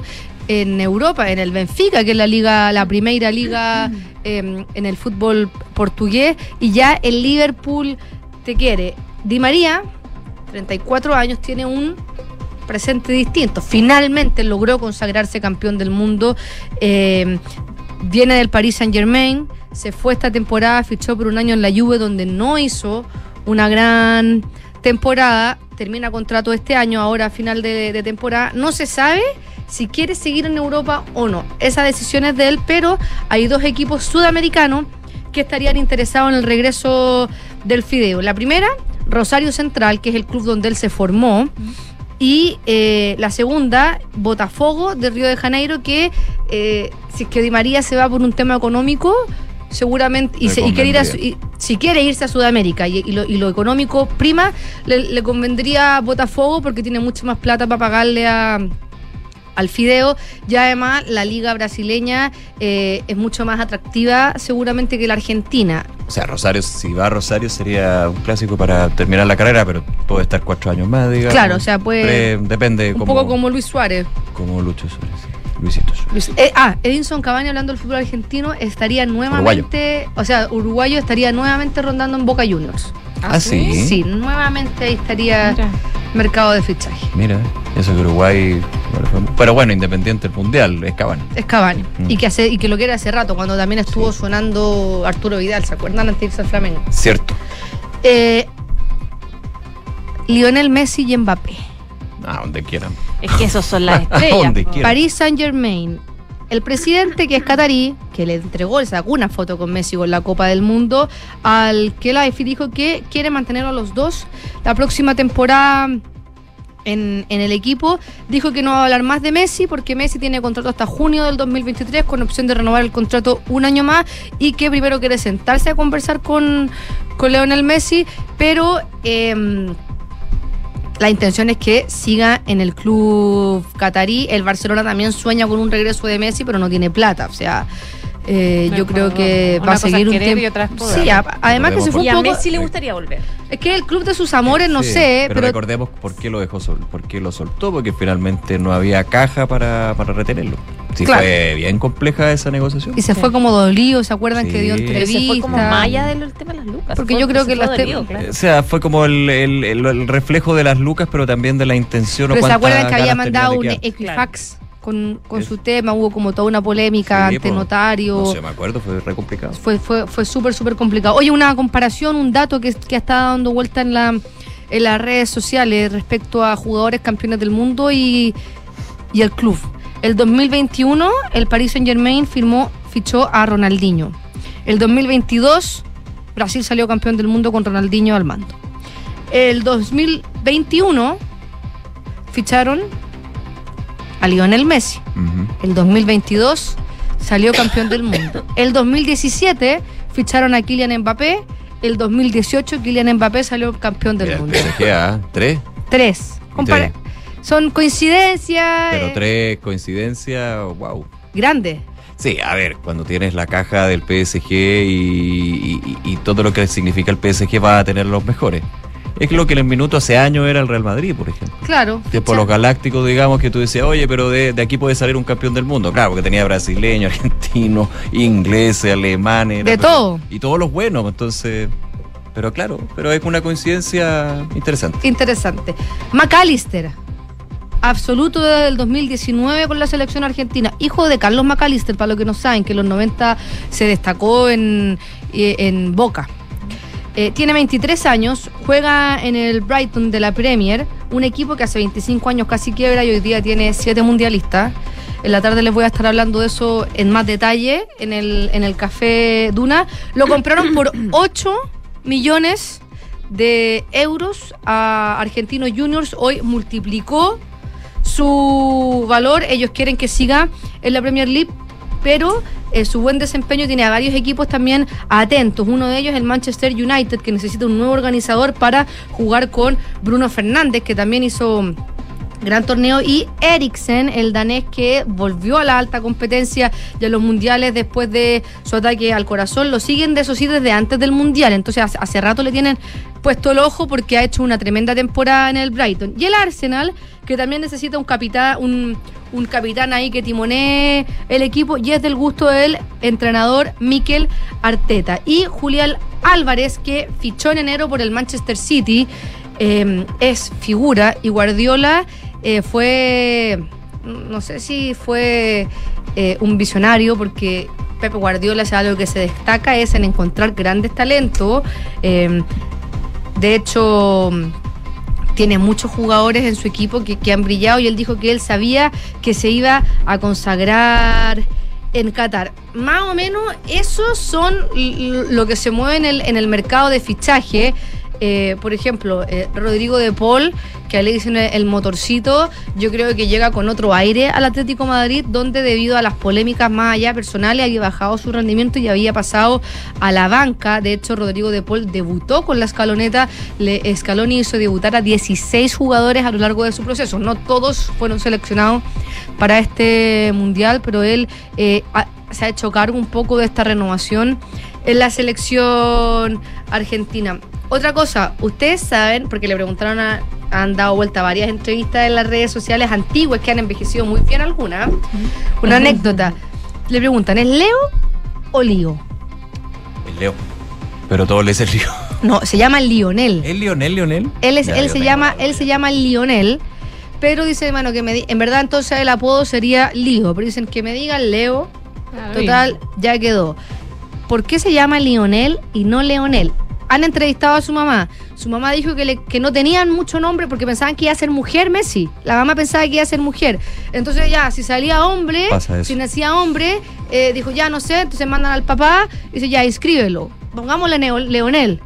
en Europa, en el Benfica, que es la primera liga en el fútbol portugués, y ya el Liverpool te quiere. Di María, 34 años, tiene un presente distinto. Finalmente logró consagrarse campeón del mundo. Viene del Paris Saint-Germain, se fue esta temporada, fichó por un año en la Juve, donde no hizo una gran temporada. Termina contrato este año, ahora a final de temporada. No se sabe si quiere seguir en Europa o no. Esa decisión es de él, pero hay 2 equipos sudamericanos que estarían interesados en el regreso del Fideo. La primera, Rosario Central, que es el club donde él se formó. Y la segunda, Botafogo de Río de Janeiro, que si es que Di María se va por un tema económico, seguramente, y si quiere irse a Sudamérica y lo económico prima, le convendría a Botafogo, porque tiene mucha más plata para pagarle al Fideo, y además la liga brasileña es mucho más atractiva seguramente que la argentina. O sea, Rosario, si va a Rosario sería un clásico para terminar la carrera, pero puede estar 4 años más, digamos. Claro, o sea, puede... Depende. Un poco como Luis Suárez. Como Lucho Suárez, sí. Luisito Suárez. Edinson Cavani, hablando del fútbol argentino, estaría nuevamente... Uruguayo estaría nuevamente rondando en Boca Juniors. ¿Sí? Sí, nuevamente ahí estaría mercado de fichaje. Mira, eso que Uruguay... Pero bueno, independiente del Mundial, es Cavani. Es Cavani. Y que lo quiere hace rato, cuando también estuvo sonando Arturo Vidal, ¿se acuerdan? Antes de irse al Flamengo. Cierto. Lionel Messi y Mbappé. Donde quieran. Es que esos son las estrellas. Paris Saint-Germain. El presidente, que es catarí, que le sacó una foto con Messi con la Copa del Mundo, al Khelaifi, dijo que quiere mantener a los dos la próxima temporada en el equipo. Dijo que no va a hablar más de Messi, porque Messi tiene contrato hasta junio del 2023 con opción de renovar el contrato un año más, y que primero quiere sentarse a conversar con Lionel Messi, pero la intención es que siga en el club catarí. El Barcelona también sueña con un regreso de Messi, pero no tiene plata. O sea, yo creo que va a seguir un tiempo. Sí, además que se fue un poco. Y a Messi le gustaría volver. Es que el club de sus amores, no sé. Pero recordemos por qué lo dejó por qué lo soltó, porque finalmente no había caja para retenerlo. Sí, claro. Fue bien compleja esa negociación. Y se fue como dolido, ¿se acuerdan? Que dio entrevistas. Se fue como malla del tema de las lucas. Porque yo creo que O sea, fue como el reflejo de las lucas, pero también de la intención. Pero ¿se acuerdan que había mandado un Equifax con su tema? Hubo como toda una polémica ante notario. No sé, me acuerdo, fue re complicado. Fue súper complicado. Oye, una comparación, un dato que está dando vuelta en las redes sociales respecto a jugadores campeones del mundo y el club. El 2021, el Paris Saint-Germain fichó a Ronaldinho. El 2022, Brasil salió campeón del mundo con Ronaldinho al mando. El 2021, ficharon a Lionel Messi. El 2022, salió campeón del mundo. El 2017, ficharon a Kylian Mbappé. El 2018, Kylian Mbappé salió campeón del mundo. ¿Tres? Son coincidencias. Pero 3 coincidencias, wow. Grande. Sí, a ver, cuando tienes la caja del PSG y todo lo que significa el PSG, va a tener los mejores. Es lo que en el minuto hace años era el Real Madrid, por ejemplo. Claro. Que por los galácticos, digamos, que tú decías, oye, pero de aquí puede salir un campeón del mundo. Claro, porque tenía brasileños, argentinos, ingleses, alemanes. Todo. Y todos los buenos, entonces... Pero claro, pero es una coincidencia interesante. McAllister, absoluto desde el 2019 con la selección argentina, hijo de Carlos McAllister, para los que no saben, que en los 90 se destacó en Boca. Tiene 23 años, juega en el Brighton de la Premier, un equipo que hace 25 años casi quiebra y hoy día tiene 7 mundialistas. En la tarde les voy a estar hablando de eso en más detalle en el Café Duna. Lo compraron por 8 millones de euros a Argentinos Juniors. Hoy multiplicó su valor. Ellos quieren que siga en la Premier League, pero su buen desempeño tiene a varios equipos también atentos. Uno de ellos, el Manchester United, que necesita un nuevo organizador para jugar con Bruno Fernández, que también hizo gran torneo, y Eriksen, el danés, que volvió a la alta competencia y a los mundiales después de su ataque al corazón. Lo siguen, de eso sí, desde antes del mundial. Entonces hace rato le tienen puesto el ojo porque ha hecho una tremenda temporada en el Brighton. Y el Arsenal, que también necesita un un capitán ahí que timonee el equipo y es del gusto del entrenador Mikel Arteta. Y Julián Álvarez, que fichó en enero por el Manchester City, es figura, y Guardiola fue, no sé si fue un visionario, porque Pep Guardiola, es algo que se destaca es en encontrar grandes talentos. De hecho, tiene muchos jugadores en su equipo que han brillado, y él dijo que él sabía que se iba a consagrar en Qatar. Más o menos esos son lo que se mueve en el mercado de fichaje. Por ejemplo, Rodrigo de Paul, que le dicen el motorcito, yo creo que llega con otro aire al Atlético de Madrid, donde debido a las polémicas más allá personales había bajado su rendimiento y había pasado a la banca. De hecho, Rodrigo de Paul debutó con la Escaloneta. Scaloni hizo debutar a 16 jugadores a lo largo de su proceso. No todos fueron seleccionados para este mundial, pero él se ha hecho cargo un poco de esta renovación en la selección argentina. Otra cosa, ustedes saben, porque le preguntaron, han dado vuelta varias entrevistas en las redes sociales antiguas que han envejecido muy bien algunas. Una anécdota. Le preguntan, ¿es Leo o Lío? Es Leo. Pero todos le dicen Lío. No, se llama Lionel. ¿Es Lionel? Él se llama Lionel, pero dice, hermano, que en verdad entonces el apodo sería Lío, pero dicen que me digan Leo. Total, ya quedó. ¿Por qué se llama Lionel y no Leonel? Han entrevistado a su mamá. Su mamá dijo que no tenían mucho nombre porque pensaban que iba a ser mujer Messi. La mamá pensaba que iba a ser mujer. Entonces ya, si salía hombre, si nacía hombre, dijo ya no sé, entonces mandan al papá y dice ya, inscríbelo. Pongámosle Leonel.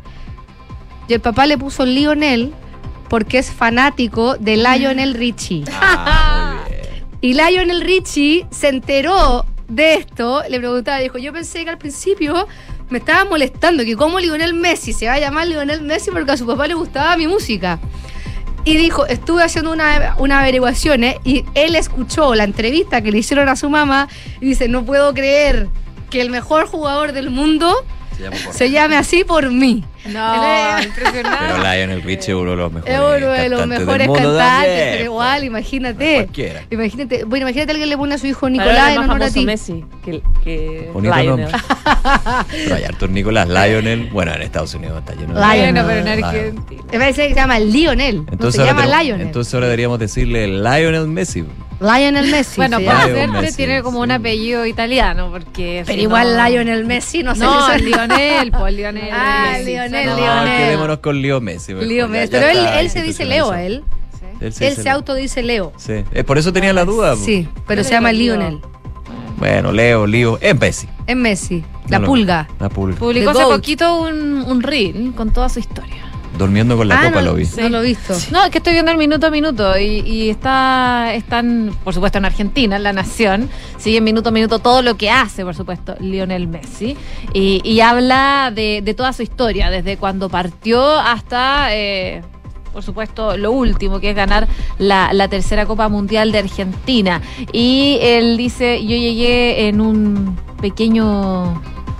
Y el papá le puso Lionel porque es fanático de Lionel Richie. Muy bien. Y Lionel Richie se enteró de esto, le preguntaba, dijo, yo pensé que al principio me estaba molestando que como Lionel Messi se va a llamar Lionel Messi porque a su papá le gustaba mi música. Y dijo, estuve haciendo una averiguación, y él escuchó la entrevista que le hicieron a su mamá y dice, no puedo creer que el mejor jugador del mundo se llame así por mí. No, impresionante. Pero Lionel Richie es uno de los mejores es uno de los mejores cantantes, pero igual, imagínate. Imagínate a alguien le pone a su hijo Nicolás en honor a ti. Messi que bonito Lionel. Pero hay Artur Nicolás, Lionel. Bueno, en Estados Unidos está lleno de Lionel, pero en Argentina. Me parece que se llama Lionel. Entonces no se llama Lionel. Entonces ahora deberíamos decirle Lionel Messi. Lionel Messi. Bueno, sí, para Lionel hacerte Messi, tiene como un apellido italiano, porque... Pero igual Lionel Messi, no sé. No, Lionel, pues Lionel. Ah, Messi. Lionel. Quedémonos con Leo Messi. Leo Messi. Pero él se dice Leo a él. Él se autodice Leo. Sí. Por eso tenía la duda. Sí, pero se llama Lionel. Bueno, Lío, es Messi. Es Messi. La pulga. Publicó hace poquito un reel con toda su historia. Durmiendo con la copa, lo vi. No lo he visto. No, es que estoy viendo el minuto a minuto y están, por supuesto, en Argentina, en La Nación. Sigue minuto a minuto todo lo que hace, por supuesto, Lionel Messi. Y habla de toda su historia, desde cuando partió hasta, por supuesto, lo último, que es ganar la tercera Copa Mundial de Argentina. Y él dice, yo llegué en un pequeño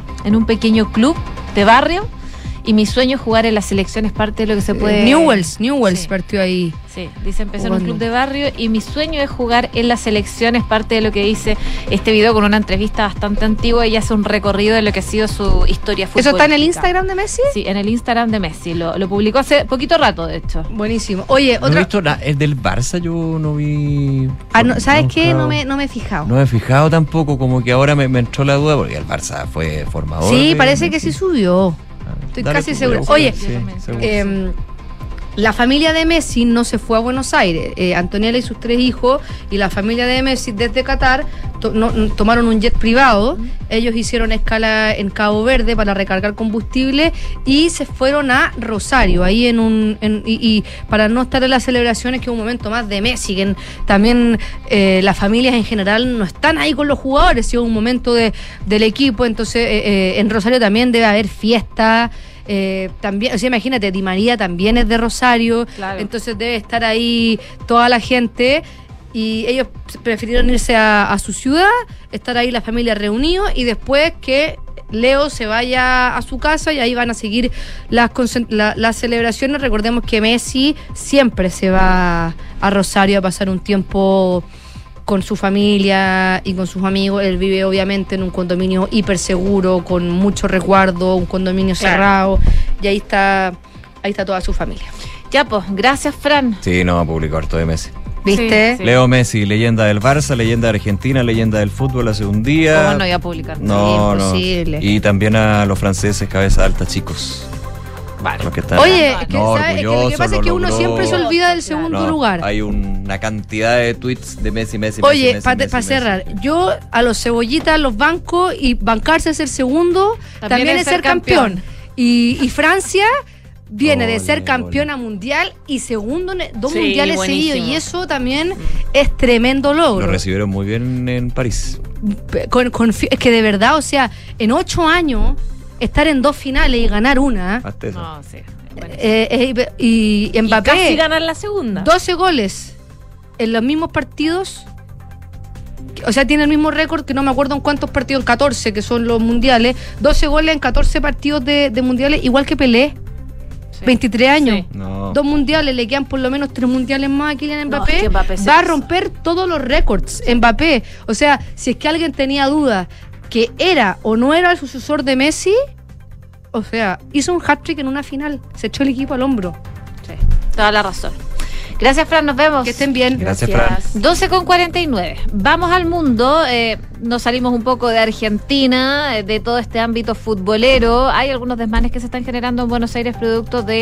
club de barrio, y mi sueño es jugar en la selección, es parte de lo que se puede... Newell's sí. partió ahí. Sí, dice, empecé en un club de barrio y mi sueño es jugar en la selección, es parte de lo que dice este video con una entrevista bastante antigua, y hace un recorrido de lo que ha sido su historia futbolística. ¿Eso está en el Instagram de Messi? Sí, en el Instagram de Messi, lo publicó hace poquito rato, de hecho. Buenísimo. Oye, no he visto nada, el del Barça yo no vi... ¿Sabes qué? No me he fijado. No me he fijado tampoco, como que ahora me entró la duda, porque el Barça fue formador. Sí, parece que sí subió. Estoy casi segura. Oye, la familia de Messi no se fue a Buenos Aires. Antonella y sus 3 hijos y la familia de Messi desde Qatar tomaron un jet privado. Ellos hicieron escala en Cabo Verde para recargar combustible y se fueron a Rosario, ahí y para no estar en las celebraciones, que es un momento más de Messi, que también las familias en general no están ahí con los jugadores, es un momento del equipo. Entonces en Rosario también debe haber fiesta. También, o sea, imagínate, Di María también es de Rosario, claro. Entonces debe estar ahí toda la gente, y ellos prefirieron irse a su ciudad, estar ahí la familia reunidos, y después que Leo se vaya a su casa, y ahí van a seguir las celebraciones. Recordemos que Messi siempre se va a Rosario a pasar un tiempo con su familia y con sus amigos. Él vive obviamente en un condominio hiper seguro, con mucho resguardo, un condominio cerrado, y ahí está toda su familia. Ya, pues, gracias, Fran. Sí, no, publicó harto de Messi. ¿Viste? Sí. Leo Messi, leyenda del Barça, leyenda de Argentina, leyenda del fútbol hace un día. ¿Cómo no iba a publicar? No, imposible. Y también a los franceses, cabeza alta, chicos. Vale. Los que están Oye, no, ¿sabes? Lo que pasa es que uno siempre se olvida del segundo lugar. Hay una cantidad de tweets de Messi. Oye, para cerrar, yo a los cebollitas los banco, y bancarse es ser segundo, también es ser campeón. Y Francia viene de ser campeona mundial y segundo en 2 mundiales seguidos, y eso también es tremendo logro. Lo recibieron muy bien en París. Es que de verdad, o sea, en 8 años estar en 2 finales y ganar una. No, sí. Y Mbappé, y casi ganar la segunda. 12 goles en los mismos partidos. O sea, tiene el mismo récord, que no me acuerdo en cuántos partidos, en 14, que son los mundiales. 12 goles en 14 partidos de mundiales, igual que Pelé. 23 años, Sí. No. 2 mundiales, le quedan por lo menos 3 mundiales más a Kylian Mbappé. No, es que Mbappé va a romper todos los récords. Mbappé, o sea, si es que alguien tenía duda que era o no era el sucesor de Messi, o sea, hizo un hat-trick en una final, se echó el equipo al hombro. Sí, toda la razón. Gracias, Fran, nos vemos. Que estén bien. Gracias, Fran. 12:49. Vamos al mundo. Nos salimos un poco de Argentina, de todo este ámbito futbolero. Hay algunos desmanes que se están generando en Buenos Aires producto de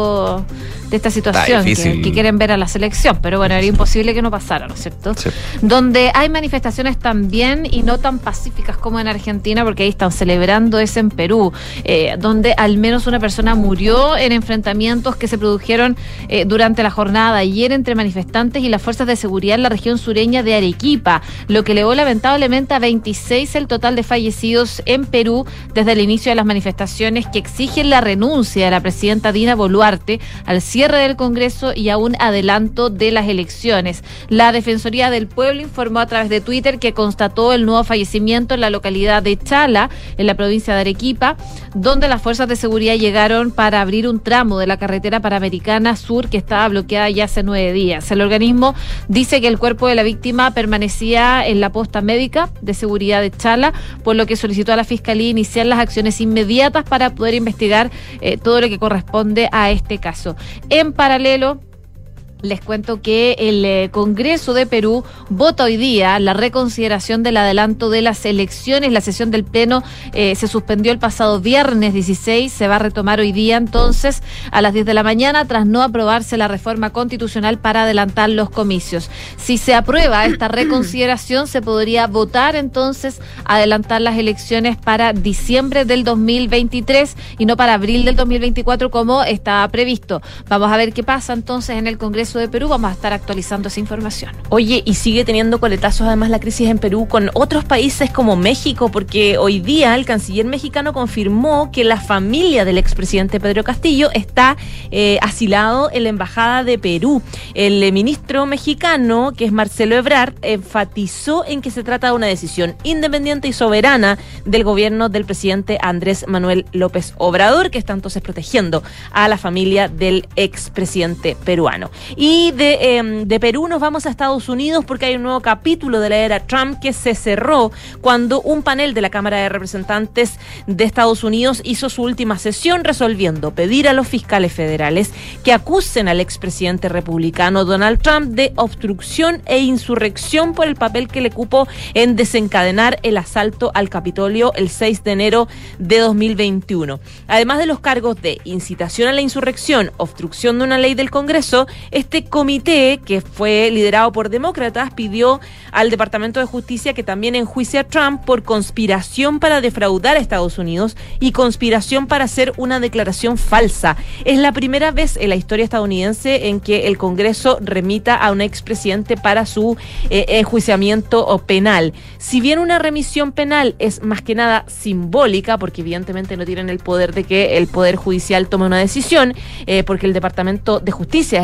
esta situación que quieren ver a la selección, pero bueno, era imposible que no pasara, ¿no es cierto? Sí. Donde hay manifestaciones también, y no tan pacíficas como en Argentina, porque ahí están celebrando, es en Perú, donde al menos una persona murió en enfrentamientos que se produjeron durante la jornada ayer entre manifestantes y las fuerzas de seguridad en la región sureña de Arequipa, lo que elevó lamentablemente a 26 el total de fallecidos en Perú desde el inicio de las manifestaciones que exigen la renuncia de la presidenta Dina Boluarte al cierre del Congreso y a un adelanto de las elecciones. La Defensoría del Pueblo informó a través de Twitter que constató el nuevo fallecimiento en la localidad de Chala, en la provincia de Arequipa, donde las fuerzas de seguridad llegaron para abrir un tramo de la carretera Panamericana Sur que estaba bloqueada ya hace 9 días. El organismo dice que el cuerpo de la víctima permanecía en la posta médica de seguridad de Chala, por lo que solicitó a la Fiscalía iniciar las acciones inmediatas para poder investigar todo lo que corresponde a este caso. En paralelo, les cuento que el Congreso de Perú vota hoy día la reconsideración del adelanto de las elecciones. La sesión del Pleno se suspendió el pasado viernes 16, se va a retomar hoy día entonces a las 10 de la mañana tras no aprobarse la reforma constitucional para adelantar los comicios. Si se aprueba esta reconsideración, se podría votar entonces adelantar las elecciones para diciembre del 2023 y no para abril del 2024 como estaba previsto. Vamos a ver qué pasa entonces en el Congreso de Perú, vamos a estar actualizando esa información. Oye, y sigue teniendo coletazos además la crisis en Perú con otros países como México, porque hoy día el canciller mexicano confirmó que la familia del expresidente Pedro Castillo está asilado en la embajada de Perú. El ministro mexicano, que es Marcelo Ebrard, enfatizó en que se trata de una decisión independiente y soberana del gobierno del presidente Andrés Manuel López Obrador, que está entonces protegiendo a la familia del expresidente peruano. Y de Perú nos vamos a Estados Unidos porque hay un nuevo capítulo de la era Trump que se cerró cuando un panel de la Cámara de Representantes de Estados Unidos hizo su última sesión resolviendo pedir a los fiscales federales que acusen al expresidente republicano Donald Trump de obstrucción e insurrección por el papel que le cupo en desencadenar el asalto al Capitolio el 6 de enero de 2021. Además de los cargos de incitación a la insurrección, obstrucción de una ley del Congreso, este comité, que fue liderado por demócratas, pidió al Departamento de Justicia que también enjuicie a Trump por conspiración para defraudar a Estados Unidos y conspiración para hacer una declaración falsa. Es la primera vez en la historia estadounidense en que el Congreso remita a un expresidente para su enjuiciamiento penal. Si bien una remisión penal es más que nada simbólica, porque evidentemente no tienen el poder de que el Poder Judicial tome una decisión, porque el Departamento de Justicia es el que decide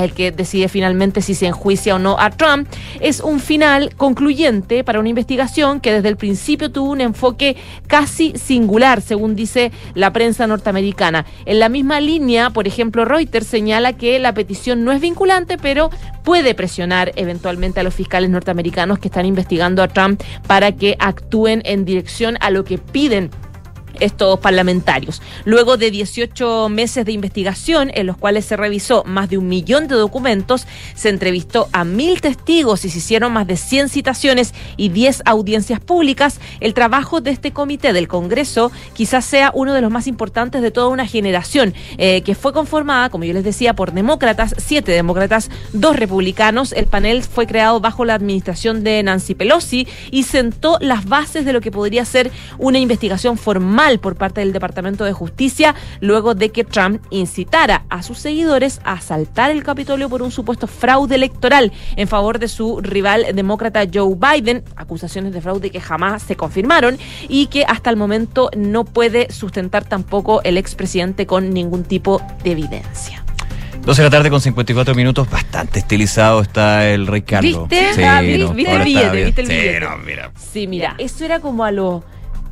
decide finalmente si se enjuicia o no a Trump, es un final concluyente para una investigación que desde el principio tuvo un enfoque casi singular, según dice la prensa norteamericana. En la misma línea, por ejemplo, Reuters señala que la petición no es vinculante, pero puede presionar eventualmente a los fiscales norteamericanos que están investigando a Trump para que actúen en dirección a lo que piden estos parlamentarios. Luego de 18 meses de investigación, en los cuales se revisó más de 1 millón de documentos, se entrevistó a 1.000 testigos y se hicieron más de 100 citaciones y 10 audiencias públicas, el trabajo de este comité del Congreso quizás sea uno de los más importantes de toda una generación, que fue conformada, como yo les decía, por demócratas, 7 demócratas, 2 republicanos. El panel fue creado bajo la administración de Nancy Pelosi y sentó las bases de lo que podría ser una investigación formal por parte del Departamento de Justicia luego de que Trump incitara a sus seguidores a asaltar el Capitolio por un supuesto fraude electoral en favor de su rival demócrata Joe Biden, acusaciones de fraude que jamás se confirmaron y que hasta el momento no puede sustentar tampoco el expresidente con ningún tipo de evidencia. 12 de la tarde con 54 minutos, bastante estilizado está el Rey Carlos. ¿Viste? Sí, ¿Viste el billete? ¿Viste el billete? Sí, no, mira. Sí, mira, eso era como a los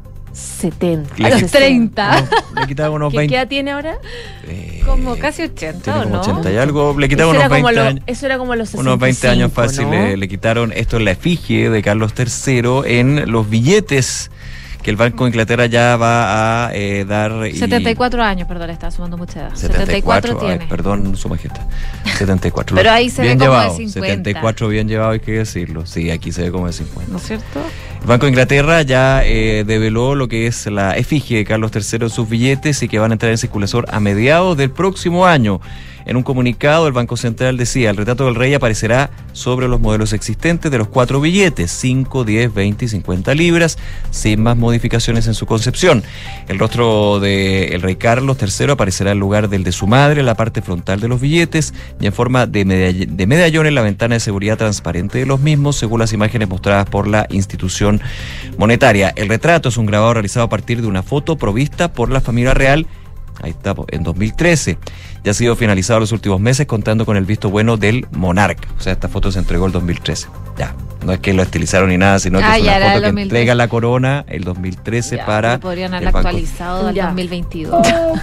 70. A los 30. Le quitaban unos 20. ¿Qué edad tiene ahora? Como casi 80, Tiene como ¿no? 80 y algo. Le quitaban unos 20 años. Eso era como los 65, unos 20 años fácil, ¿no? le quitaron. Esto es la efigie de Carlos III en los billetes que el Banco de Inglaterra ya va a dar. 74 años, perdón, le está sumando mucha edad. 74 tiene. Ay, perdón, su majestad. 74. Pero ahí se bien ve como llevado, de 50. 74 bien llevado, hay que decirlo. Sí, aquí se ve como de 50. ¿No es cierto? El Banco de Inglaterra ya develó lo que es la efigie de Carlos III en sus billetes y que van a entrar en circulación a mediados del próximo año. En un comunicado, el Banco Central decía: el retrato del rey aparecerá sobre los modelos existentes de los 4 billetes, 5, 10, 20 y 50 libras, sin más modificaciones en su concepción. El rostro del rey Carlos III aparecerá en lugar del de su madre en la parte frontal de los billetes y en forma de medallón en la ventana de seguridad transparente de los mismos, según las imágenes mostradas por la institución monetaria. El retrato es un grabado realizado a partir de una foto provista por la familia real. Ahí está, en 2013. Ya ha sido finalizado en los últimos meses contando con el visto bueno del monarca. O sea, esta foto se entregó el 2013. Ya, no es que lo estilizaron ni nada, sino que es una foto que 2013. Entrega la corona el 2013 ya, para... Podrían haber actualizado al 2022.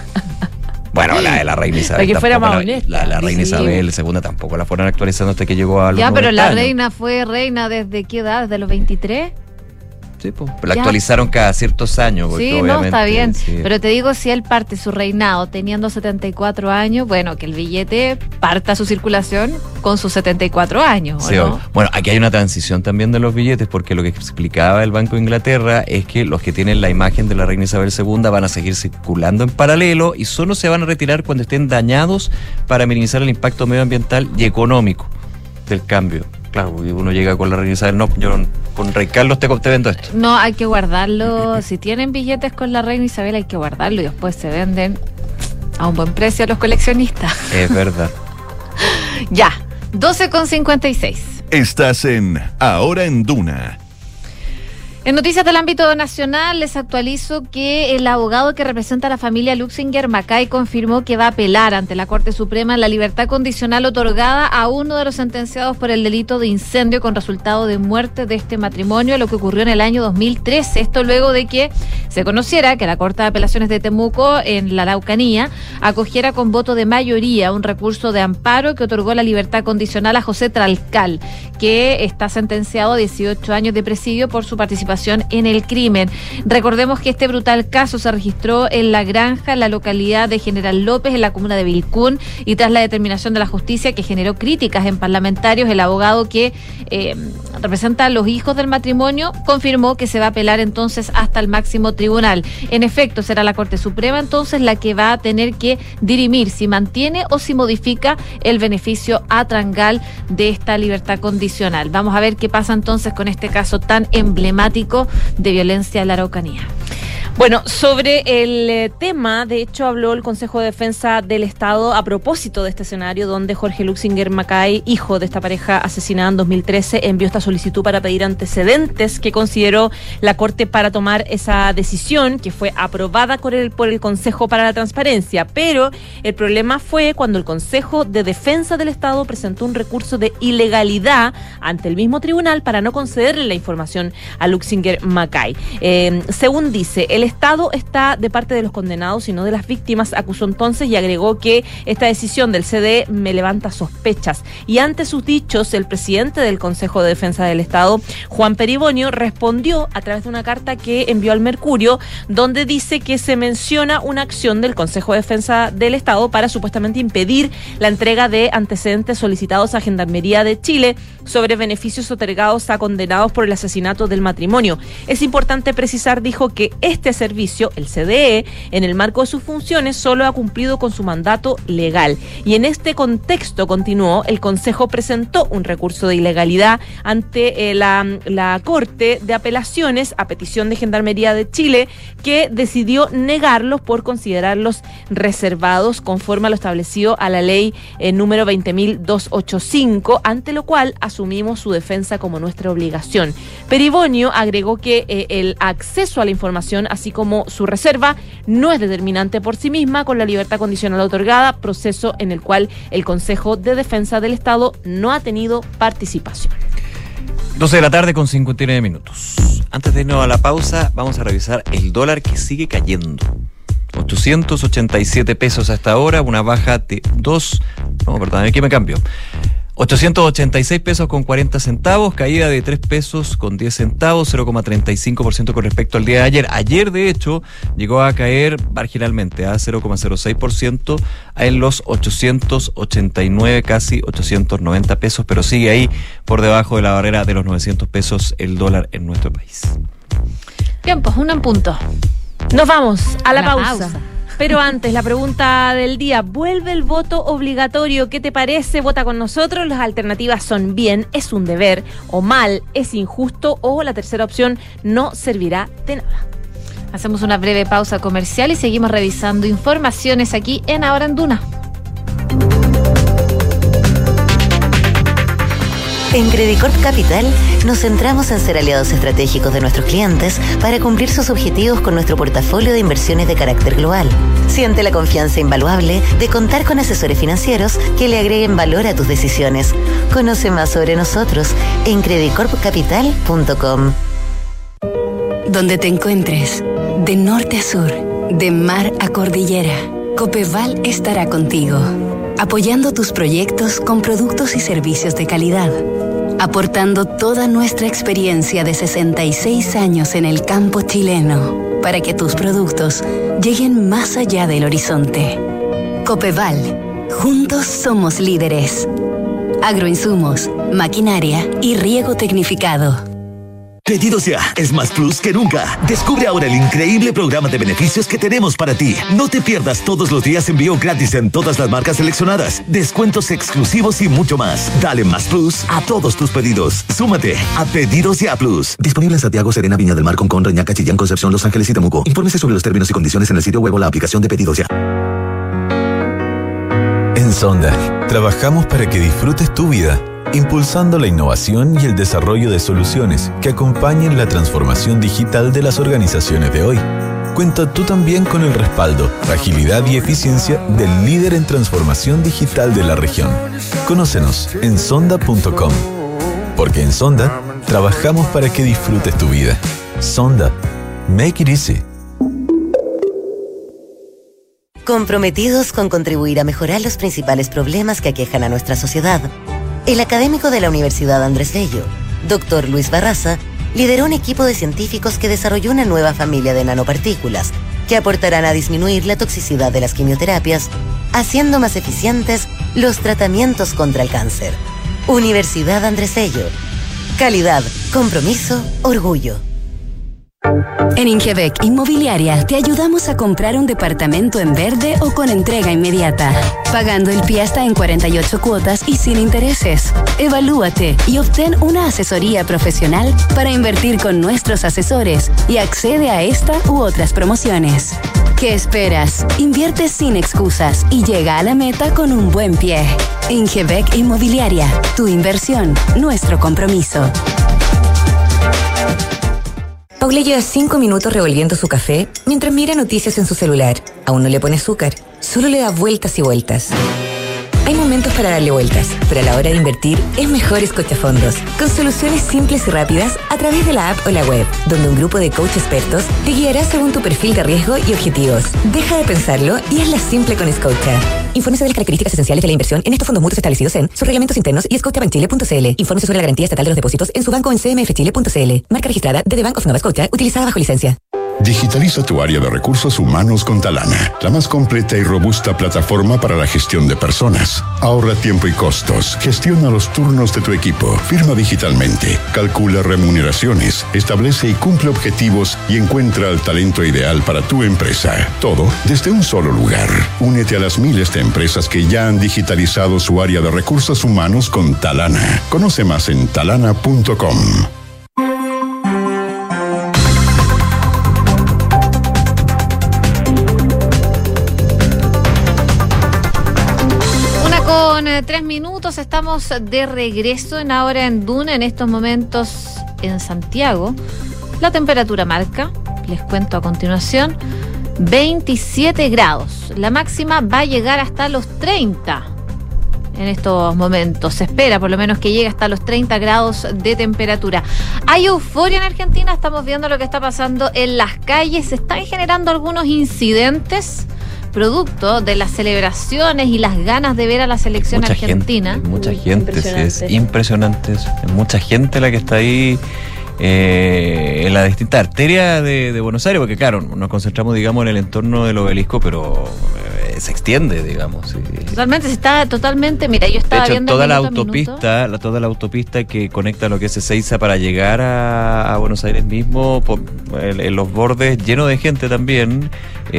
Bueno, la de la reina Isabel. Para que fuera más honesta. La reina Isabel II tampoco la fueron actualizando hasta que llegó a los 90 pero la años. reina fue reina ¿desde qué edad? ¿Desde los 23? Sí, pues, la actualizaron cada ciertos años. Porque sí, no, está bien. Sí. Pero te digo, si él parte su reinado teniendo 74 años, bueno, que el billete parta su circulación con sus 74 años, ¿o sí, no? Bueno, aquí hay una transición también de los billetes, porque lo que explicaba el Banco de Inglaterra es que los que tienen la imagen de la reina Isabel II van a seguir circulando en paralelo y solo se van a retirar cuando estén dañados para minimizar el impacto medioambiental y económico del cambio. Claro, uno llega con la reina Isabel, no, yo con Rey Carlos te vendo esto. No, hay que guardarlo. Si tienen billetes con la reina Isabel, hay que guardarlo y después se venden a un buen precio a los coleccionistas. Es verdad. Ya, 12:56. Estás en Ahora en Duna. En noticias del ámbito nacional, les actualizo que el abogado que representa a la familia Luxinger, Macay, confirmó que va a apelar ante la Corte Suprema la libertad condicional otorgada a uno de los sentenciados por el delito de incendio con resultado de muerte de este matrimonio, lo que ocurrió en el año 2013. Esto luego de que se conociera que la Corte de Apelaciones de Temuco, en la Araucanía, acogiera con voto de mayoría un recurso de amparo que otorgó la libertad condicional a José Tralcal, que está sentenciado a 18 años de presidio por su participación en el crimen. Recordemos que este brutal caso se registró en La Granja, en la localidad de General López, en la comuna de Vilcún, y tras la determinación de la justicia que generó críticas en parlamentarios, el abogado que representa a los hijos del matrimonio confirmó que se va a apelar entonces hasta el máximo tribunal. En efecto, será la Corte Suprema entonces la que va a tener que dirimir si mantiene o si modifica el beneficio a Tralcal de esta libertad condicional. Vamos a ver qué pasa entonces con este caso tan emblemático de violencia en la Araucanía. Bueno, sobre el tema, de hecho, habló el Consejo de Defensa del Estado a propósito de este escenario donde Jorge Luxinger Macay, hijo de esta pareja asesinada en 2013, envió esta solicitud para pedir antecedentes que consideró la Corte para tomar esa decisión que fue aprobada por el Consejo para la Transparencia. Pero el problema fue cuando el Consejo de Defensa del Estado presentó un recurso de ilegalidad ante el mismo tribunal para no concederle la información a Luxinger Macay. Según dice, el Estado está de parte de los condenados y no de las víctimas, acusó entonces, y agregó que esta decisión del CDE me levanta sospechas. Y ante sus dichos, el presidente del Consejo de Defensa del Estado, Juan Peribonio, respondió a través de una carta que envió al Mercurio, donde dice que se menciona una acción del Consejo de Defensa del Estado para supuestamente impedir la entrega de antecedentes solicitados a Gendarmería de Chile sobre beneficios otorgados a condenados por el asesinato del matrimonio. Es importante precisar, dijo, que este servicio, el CDE, en el marco de sus funciones, solo ha cumplido con su mandato legal. Y en este contexto, continuó, el Consejo presentó un recurso de ilegalidad ante la Corte de Apelaciones a petición de Gendarmería de Chile, que decidió negarlos por considerarlos reservados conforme a lo establecido a la ley número 20.285, ante lo cual asumimos su defensa como nuestra obligación. Peribonio agregó que el acceso a la información, así como su reserva, no es determinante por sí misma con la libertad condicional otorgada, proceso en el cual el Consejo de Defensa del Estado no ha tenido participación. 12 de la tarde con 59 minutos. Antes de irnos a la pausa, vamos a revisar el dólar que sigue cayendo. 887 pesos hasta ahora, una baja de 886 pesos con 40 centavos, caída de 3 pesos con 10 centavos, 0,35% con respecto al día de ayer. Ayer, de hecho, llegó a caer marginalmente a 0,06% en los 889, casi 890 pesos, pero sigue ahí por debajo de la barrera de los 900 pesos el dólar en nuestro país. Bien, pues 1 en punto. Nos vamos a la pausa. Pero antes, la pregunta del día: ¿vuelve el voto obligatorio? ¿Qué te parece? Vota con nosotros. Las alternativas son bien, es un deber, o mal, es injusto, o la tercera opción, no servirá de nada. Hacemos una breve pausa comercial y seguimos revisando informaciones aquí en Ahora en Duna. En Credicorp Capital nos centramos en ser aliados estratégicos de nuestros clientes para cumplir sus objetivos con nuestro portafolio de inversiones de carácter global. Siente la confianza invaluable de contar con asesores financieros que le agreguen valor a tus decisiones. Conoce más sobre nosotros en credicorpcapital.com. Donde te encuentres, de norte a sur, de mar a cordillera, Copeval estará contigo, apoyando tus proyectos con productos y servicios de calidad, aportando toda nuestra experiencia de 66 años en el campo chileno para que tus productos lleguen más allá del horizonte. Copeval, juntos somos líderes. Agroinsumos, maquinaria y riego tecnificado. Pedidos Ya es más plus que nunca. Descubre ahora el increíble programa de beneficios que tenemos para ti. No te pierdas todos los días envío gratis en todas las marcas seleccionadas, descuentos exclusivos y mucho más. Dale más plus a todos tus pedidos. Súmate a Pedidos Ya Plus. Disponible en Santiago, Serena, Viña del Mar, Concón, Reñaca, Chillán, Concepción, Los Ángeles y Temuco. Infórmese sobre los términos y condiciones en el sitio web o la aplicación de Pedidos Ya. En Sonda, trabajamos para que disfrutes tu vida, impulsando la innovación y el desarrollo de soluciones que acompañen la transformación digital de las organizaciones de hoy. Cuenta tú también con el respaldo, agilidad y eficiencia del líder en transformación digital de la región. Conócenos en sonda.com. Porque en Sonda, trabajamos para que disfrutes tu vida. Sonda. Make it easy. Comprometidos con contribuir a mejorar los principales problemas que aquejan a nuestra sociedad, el académico de la Universidad Andrés Bello, Dr. Luis Barraza, lideró un equipo de científicos que desarrolló una nueva familia de nanopartículas que aportarán a disminuir la toxicidad de las quimioterapias, haciendo más eficientes los tratamientos contra el cáncer. Universidad Andrés Bello. Calidad, compromiso, orgullo. En Ingebec Inmobiliaria te ayudamos a comprar un departamento en verde o con entrega inmediata, pagando el pie hasta en 48 cuotas y sin intereses. Evalúate y obtén una asesoría profesional para invertir con nuestros asesores y accede a esta u otras promociones. ¿Qué esperas? Invierte sin excusas y llega a la meta con un buen pie. Ingebec Inmobiliaria, tu inversión, nuestro compromiso. Paula lleva 5 minutos revolviendo su café mientras mira noticias en su celular. Aún no le pone azúcar, solo le da vueltas y vueltas. Hay momentos para darle vueltas, pero a la hora de invertir es mejor Escochafondos, con soluciones simples y rápidas a través de la app o la web, donde un grupo de coach expertos te guiará según tu perfil de riesgo y objetivos. Deja de pensarlo y hazla simple con Scotia. Infórmese de las características esenciales de la inversión en estos fondos mutuos establecidos en sus reglamentos internos y scotiabankchile.cl. Infórmese sobre la garantía estatal de los depósitos en su banco en cmfchile.cl. Marca registrada de The Bank of Nova Scotia, utilizada bajo licencia. Digitaliza tu área de recursos humanos con Talana, la más completa y robusta plataforma para la gestión de personas. Ahorra tiempo y costos, gestiona los turnos de tu equipo, firma digitalmente, calcula remuneraciones, establece y cumple objetivos y encuentra el talento ideal para tu empresa. Todo desde un solo lugar. Únete a las miles de empresas que ya han digitalizado su área de recursos humanos con Talana. Conoce más en talana.com. Con 3 minutos estamos de regreso en Ahora en Duna, en estos momentos en Santiago. La temperatura marca, les cuento a continuación, 27 grados. La máxima va a llegar hasta los 30 en estos momentos. Se espera por lo menos que llegue hasta los 30 grados de temperatura. Hay euforia en Argentina, estamos viendo lo que está pasando en las calles. Se están generando algunos incidentes producto de las celebraciones y las ganas de ver a la selección argentina. Mucha gente, es impresionante eso. Es mucha gente la que está ahí en la distinta arteria de Buenos Aires, porque claro, nos concentramos, digamos, en el entorno del obelisco, pero se extiende, digamos. Totalmente, se está totalmente, mira, yo estaba viendo toda la autopista que conecta lo que es Ezeiza para llegar a Buenos Aires mismo, en los bordes, lleno de gente también.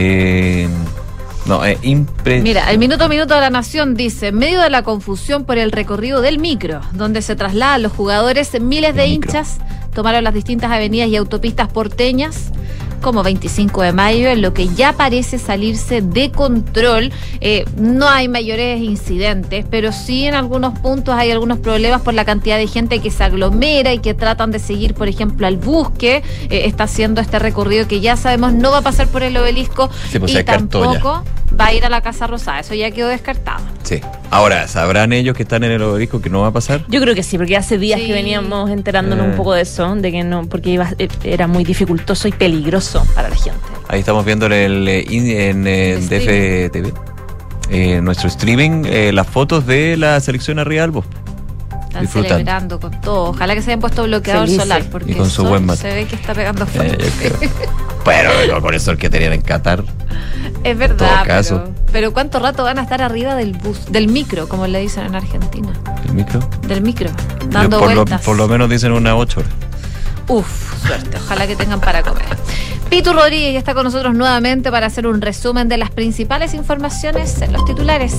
Mira, el minuto a minuto de La Nación dice: en medio de la confusión por el recorrido del micro, donde se trasladan los jugadores, miles de hinchas tomaron las distintas avenidas y autopistas porteñas como 25 de mayo, en lo que ya parece salirse de control. No hay mayores incidentes, pero sí en algunos puntos hay algunos problemas por la cantidad de gente que se aglomera y que tratan de seguir, por ejemplo, al bus que está haciendo este recorrido que ya sabemos no va a pasar por el obelisco, sí, pues, y tampoco va a ir a la Casa Rosada. Eso ya quedó descartado. Sí. Ahora, ¿sabrán ellos que están en el obelisco que no va a pasar? Yo creo que sí, porque hace días que veníamos enterándonos un poco de eso, de que no, porque era muy dificultoso y peligroso para la gente. Ahí estamos viendo en DFTV, nuestro streaming, las fotos de la selección arriba del bus. Están celebrando con todo. Ojalá que se hayan puesto bloqueador solar, porque y con su buen mate se ve que está pegando fuerte. Pero con eso el que tenían en Qatar. Es verdad, pero ¿cuánto rato van a estar arriba del bus, del micro, como le dicen en Argentina? ¿El micro? Del micro, dando vueltas. Por lo menos dicen unas 8 horas. Suerte, ojalá que tengan para comer. Pitu Rodríguez ya está con nosotros nuevamente para hacer un resumen de las principales informaciones en los titulares.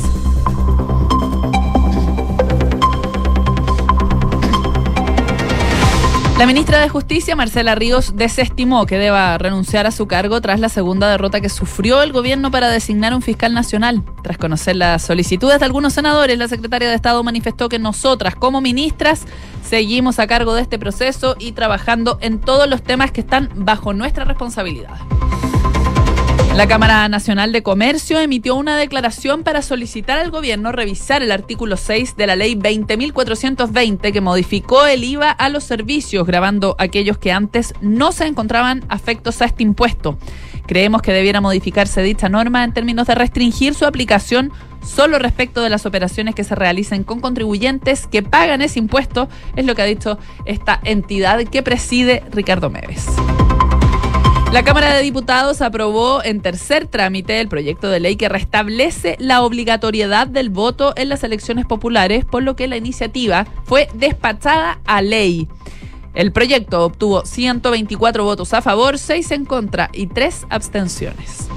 La ministra de Justicia, Marcela Ríos, desestimó que deba renunciar a su cargo tras la segunda derrota que sufrió el gobierno para designar un fiscal nacional. Tras conocer las solicitudes de algunos senadores, la secretaria de Estado manifestó que nosotras, como ministras, seguimos a cargo de este proceso y trabajando en todos los temas que están bajo nuestra responsabilidad. La Cámara Nacional de Comercio emitió una declaración para solicitar al gobierno revisar el artículo 6 de la ley 20.420 que modificó el IVA a los servicios, gravando aquellos que antes no se encontraban afectos a este impuesto. Creemos que debiera modificarse dicha norma en términos de restringir su aplicación solo respecto de las operaciones que se realicen con contribuyentes que pagan ese impuesto, es lo que ha dicho esta entidad que preside Ricardo Meves. La Cámara de Diputados aprobó en tercer trámite el proyecto de ley que restablece la obligatoriedad del voto en las elecciones populares, por lo que la iniciativa fue despachada a ley. El proyecto obtuvo 124 votos a favor, 6 en contra y 3 abstenciones.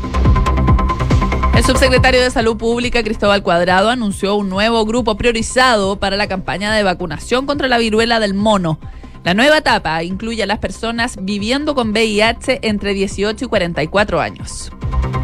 El subsecretario de Salud Pública, Cristóbal Cuadrado, anunció un nuevo grupo priorizado para la campaña de vacunación contra la viruela del mono. La nueva etapa incluye a las personas viviendo con VIH entre 18 y 44 años.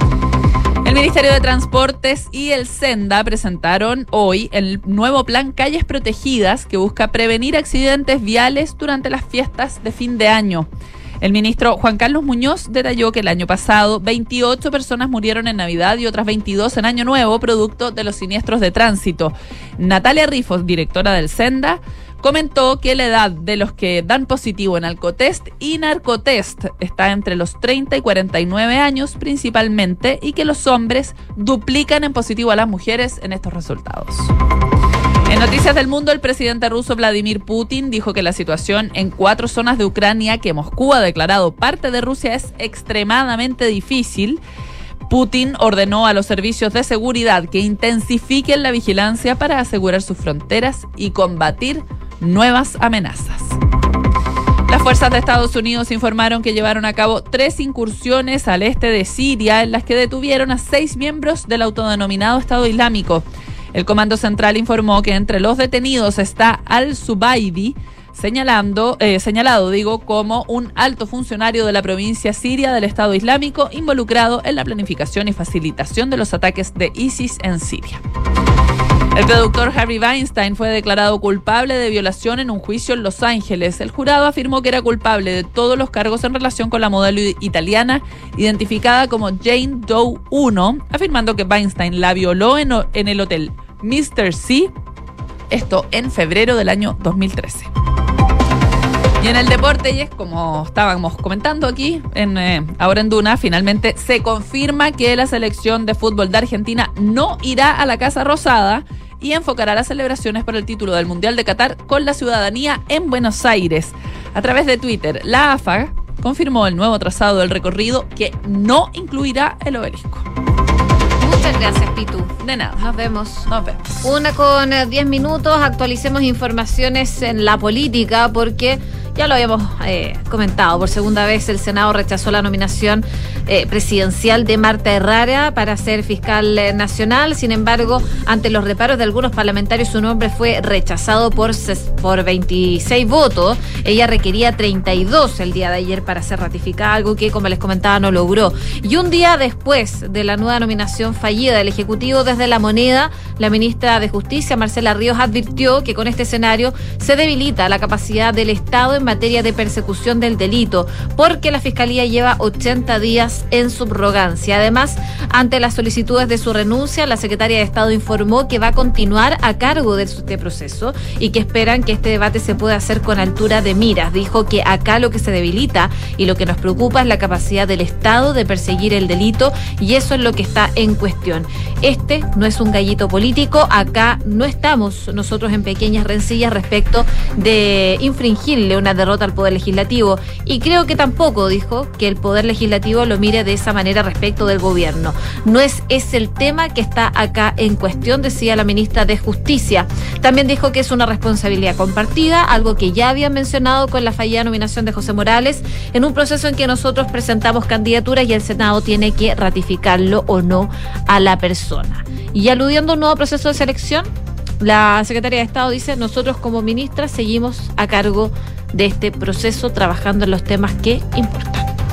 El Ministerio de Transportes y el Senda presentaron hoy el nuevo plan Calles Protegidas que busca prevenir accidentes viales durante las fiestas de fin de año. El ministro Juan Carlos Muñoz detalló que el año pasado 28 personas murieron en Navidad y otras 22 en Año Nuevo, producto de los siniestros de tránsito. Natalia Rifos, directora del Senda, comentó que la edad de los que dan positivo en Alcotest y Narcotest está entre los 30 y 49 años principalmente y que los hombres duplican en positivo a las mujeres en estos resultados. En Noticias del Mundo, el presidente ruso Vladimir Putin dijo que la situación en 4 zonas de Ucrania que Moscú ha declarado parte de Rusia es extremadamente difícil. Putin ordenó a los servicios de seguridad que intensifiquen la vigilancia para asegurar sus fronteras y combatir nuevas amenazas. Las fuerzas de Estados Unidos informaron que llevaron a cabo 3 incursiones al este de Siria en las que detuvieron a 6 miembros del autodenominado Estado Islámico. El Comando Central informó que entre los detenidos está Al-Zubaydi, señalado como un alto funcionario de la provincia siria del Estado Islámico involucrado en la planificación y facilitación de los ataques de ISIS en Siria. El productor Harvey Weinstein fue declarado culpable de violación en un juicio en Los Ángeles. El jurado afirmó que era culpable de todos los cargos en relación con la modelo italiana identificada como Jane Doe 1, afirmando que Weinstein la violó en el hotel Mr. C, esto en febrero del año 2013. Y en el deporte, y es como estábamos comentando aquí, ahora en Duna, finalmente se confirma que la selección de fútbol de Argentina no irá a la Casa Rosada y enfocará las celebraciones por el título del Mundial de Qatar con la ciudadanía en Buenos Aires. A través de Twitter, la AFA confirmó el nuevo trazado del recorrido que no incluirá el obelisco. Muchas gracias, Pitu. De nada. Nos vemos. 1:10. Actualicemos informaciones en la política porque ya lo habíamos comentado. Por segunda vez el Senado rechazó la nominación presidencial de Marta Errara para ser fiscal nacional. Sin embargo, ante los reparos de algunos parlamentarios, su nombre fue rechazado por 26 votos. Ella requería 32 el día de ayer para ser ratificada, algo que, como les comentaba, no logró. Y un día después de la nueva nominación fallida del Ejecutivo, desde La Moneda, la ministra de Justicia, Marcela Ríos, advirtió que con este escenario se debilita la capacidad del Estado en materia de persecución del delito, porque la Fiscalía lleva 80 días en subrogancia. Además, ante las solicitudes de su renuncia, la secretaria de Estado informó que va a continuar a cargo de este proceso y que esperan que este debate se pueda hacer con altura de miras. Dijo que acá lo que se debilita y lo que nos preocupa es la capacidad del Estado de perseguir el delito, y eso es lo que está en cuestión. Este no es un gallito político, acá no estamos nosotros en pequeñas rencillas respecto de infringirle una derrota al Poder Legislativo, y creo que tampoco, dijo, que el Poder Legislativo lo mire de esa manera respecto del gobierno. No es el tema que está acá en cuestión, decía la ministra de Justicia. También dijo que es una responsabilidad compartida, algo que ya había mencionado con la fallida nominación de José Morales, en un proceso en que nosotros presentamos candidaturas y el Senado tiene que ratificarlo o no a la persona. Y aludiendo a un nuevo proceso de selección, la secretaria de Estado dice: nosotros como ministra seguimos a cargo de este proceso, trabajando en los temas que importan.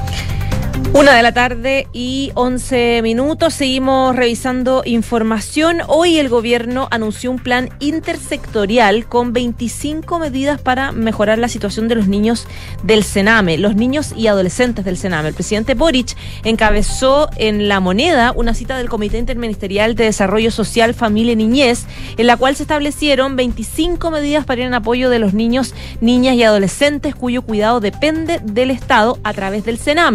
1:11 p.m. Seguimos revisando información. Hoy el gobierno anunció un plan intersectorial con 25 medidas para mejorar la situación de los niños del Sename, los niños y adolescentes del Sename. El presidente Boric encabezó en La Moneda una cita del Comité Interministerial de Desarrollo Social, Familia y Niñez, en la cual se establecieron 25 medidas para ir en apoyo de los niños, niñas y adolescentes cuyo cuidado depende del Estado a través del Sename. El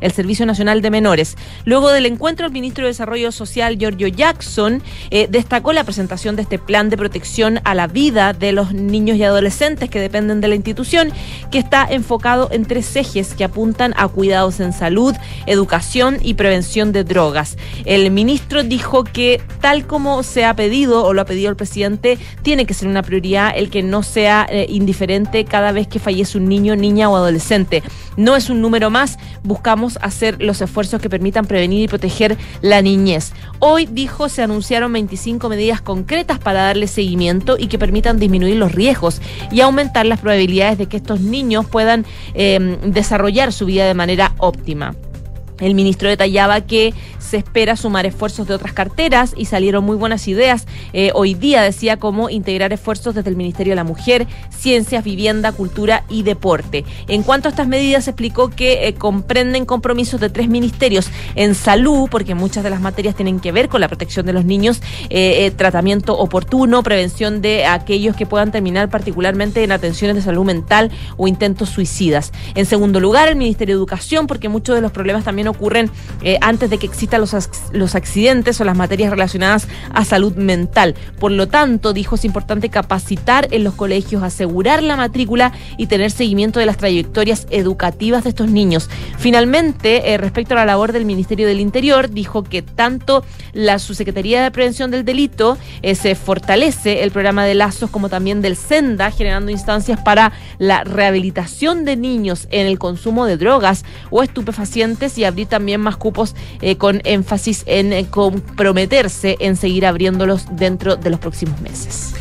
el Servicio Nacional de Menores. Luego del encuentro, el ministro de Desarrollo Social, Giorgio Jackson, destacó la presentación de este plan de protección a la vida de los niños y adolescentes que dependen de la institución, que está enfocado en 3 ejes que apuntan a cuidados en salud, educación y prevención de drogas. El ministro dijo que tal como se ha pedido o lo ha pedido el presidente, tiene que ser una prioridad el que no sea indiferente cada vez que fallece un niño, niña o adolescente. No es un número más, buscamos hacer los esfuerzos que permitan prevenir y proteger la niñez. Hoy, dijo, se anunciaron 25 medidas concretas para darle seguimiento y que permitan disminuir los riesgos y aumentar las probabilidades de que estos niños puedan desarrollar su vida de manera óptima. El ministro detallaba que se espera sumar esfuerzos de otras carteras y salieron muy buenas ideas. Hoy día decía cómo integrar esfuerzos desde el Ministerio de la Mujer, Ciencias, Vivienda, Cultura y Deporte. En cuanto a estas medidas, explicó que comprenden compromisos de 3 ministerios. En salud, porque muchas de las materias tienen que ver con la protección de los niños, tratamiento oportuno, prevención de aquellos que puedan terminar particularmente en atenciones de salud mental o intentos suicidas. En segundo lugar, el Ministerio de Educación, porque muchos de los problemas también ocurren antes de que existan los accidentes o las materias relacionadas a salud mental. Por lo tanto, dijo, es importante capacitar en los colegios, asegurar la matrícula y tener seguimiento de las trayectorias educativas de estos niños. Finalmente, respecto a la labor del Ministerio del Interior, dijo que tanto la Subsecretaría de Prevención del Delito se fortalece el programa de lazos como también del SENDA, generando instancias para la rehabilitación de niños en el consumo de drogas o estupefacientes y abrir también más cupos con énfasis en comprometerse en seguir abriéndolos dentro de los próximos meses.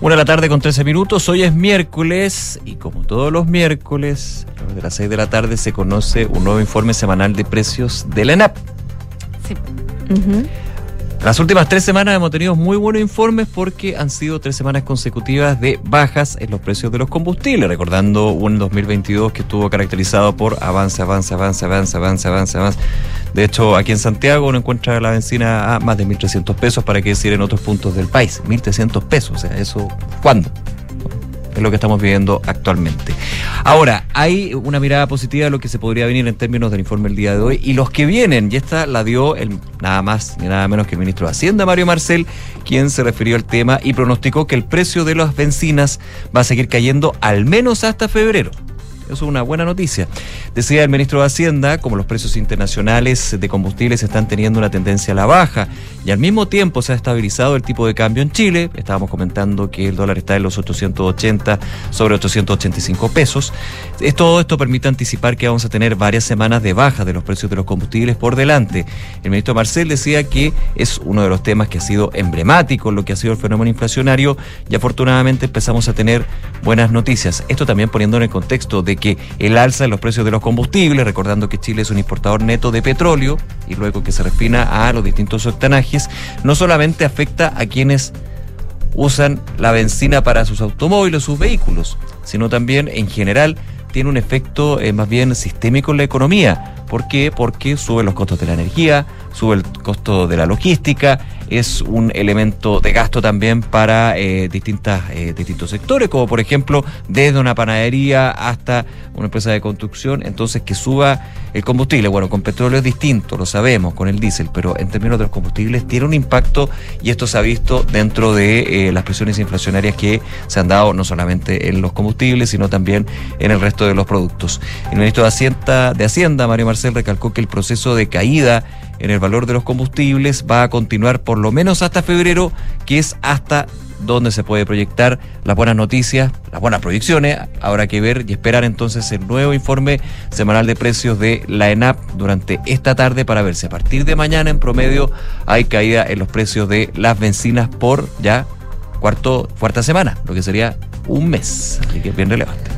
1:13 p.m. Hoy es miércoles y como todos los miércoles, a las de las 6 de la tarde se conoce un nuevo informe semanal de precios de la ENAP. Sí. Las últimas 3 semanas hemos tenido muy buenos informes porque han sido 3 semanas consecutivas de bajas en los precios de los combustibles, recordando un 2022 que estuvo caracterizado por avance. De hecho, aquí en Santiago uno encuentra la benzina a más de 1.300 pesos, para qué decir en otros puntos del país, 1.300 pesos, o sea, ¿eso cuándo? Es lo que estamos viviendo actualmente. Ahora, hay una mirada positiva de lo que se podría venir en términos del informe del día de hoy, y los que vienen, y esta la dio nada más ni nada menos que el ministro de Hacienda, Mario Marcel, quien se refirió al tema y pronosticó que el precio de las bencinas va a seguir cayendo al menos hasta febrero. Eso es una buena noticia. Decía el ministro de Hacienda, como los precios internacionales de combustibles están teniendo una tendencia a la baja y al mismo tiempo se ha estabilizado el tipo de cambio en Chile, estábamos comentando que el dólar está en los 880 sobre 885 pesos, todo esto permite anticipar que vamos a tener varias semanas de baja de los precios de los combustibles por delante. El ministro Marcel decía que es uno de los temas que ha sido emblemático en lo que ha sido el fenómeno inflacionario y afortunadamente empezamos a tener buenas noticias. Esto también poniendo en el contexto de que el alza de los precios de los combustibles, recordando que Chile es un importador neto de petróleo y luego que se refina a los distintos octanajes, no solamente afecta a quienes usan la benzina para sus automóviles, sus vehículos, sino también en general tiene un efecto más bien sistémico en la economía. ¿Por qué? Porque suben los costos de la energía, sube el costo de la logística, es un elemento de gasto también para distintos sectores, como por ejemplo desde una panadería hasta una empresa de construcción. Entonces, que suba el combustible, bueno, con petróleo es distinto, lo sabemos, con el diésel, pero en términos de los combustibles tiene un impacto, y esto se ha visto dentro de las presiones inflacionarias que se han dado no solamente en los combustibles, sino también en el resto de los productos. El ministro de Hacienda, Mario Marcel, recalcó que el proceso de caída en el valor de los combustibles va a continuar por lo menos hasta febrero, que es hasta donde se puede proyectar las buenas noticias, las buenas proyecciones. Habrá que ver y esperar entonces el nuevo informe semanal de precios de la ENAP durante esta tarde para ver si a partir de mañana en promedio hay caída en los precios de las bencinas por ya cuarta semana, lo que sería un mes, así que es bien relevante.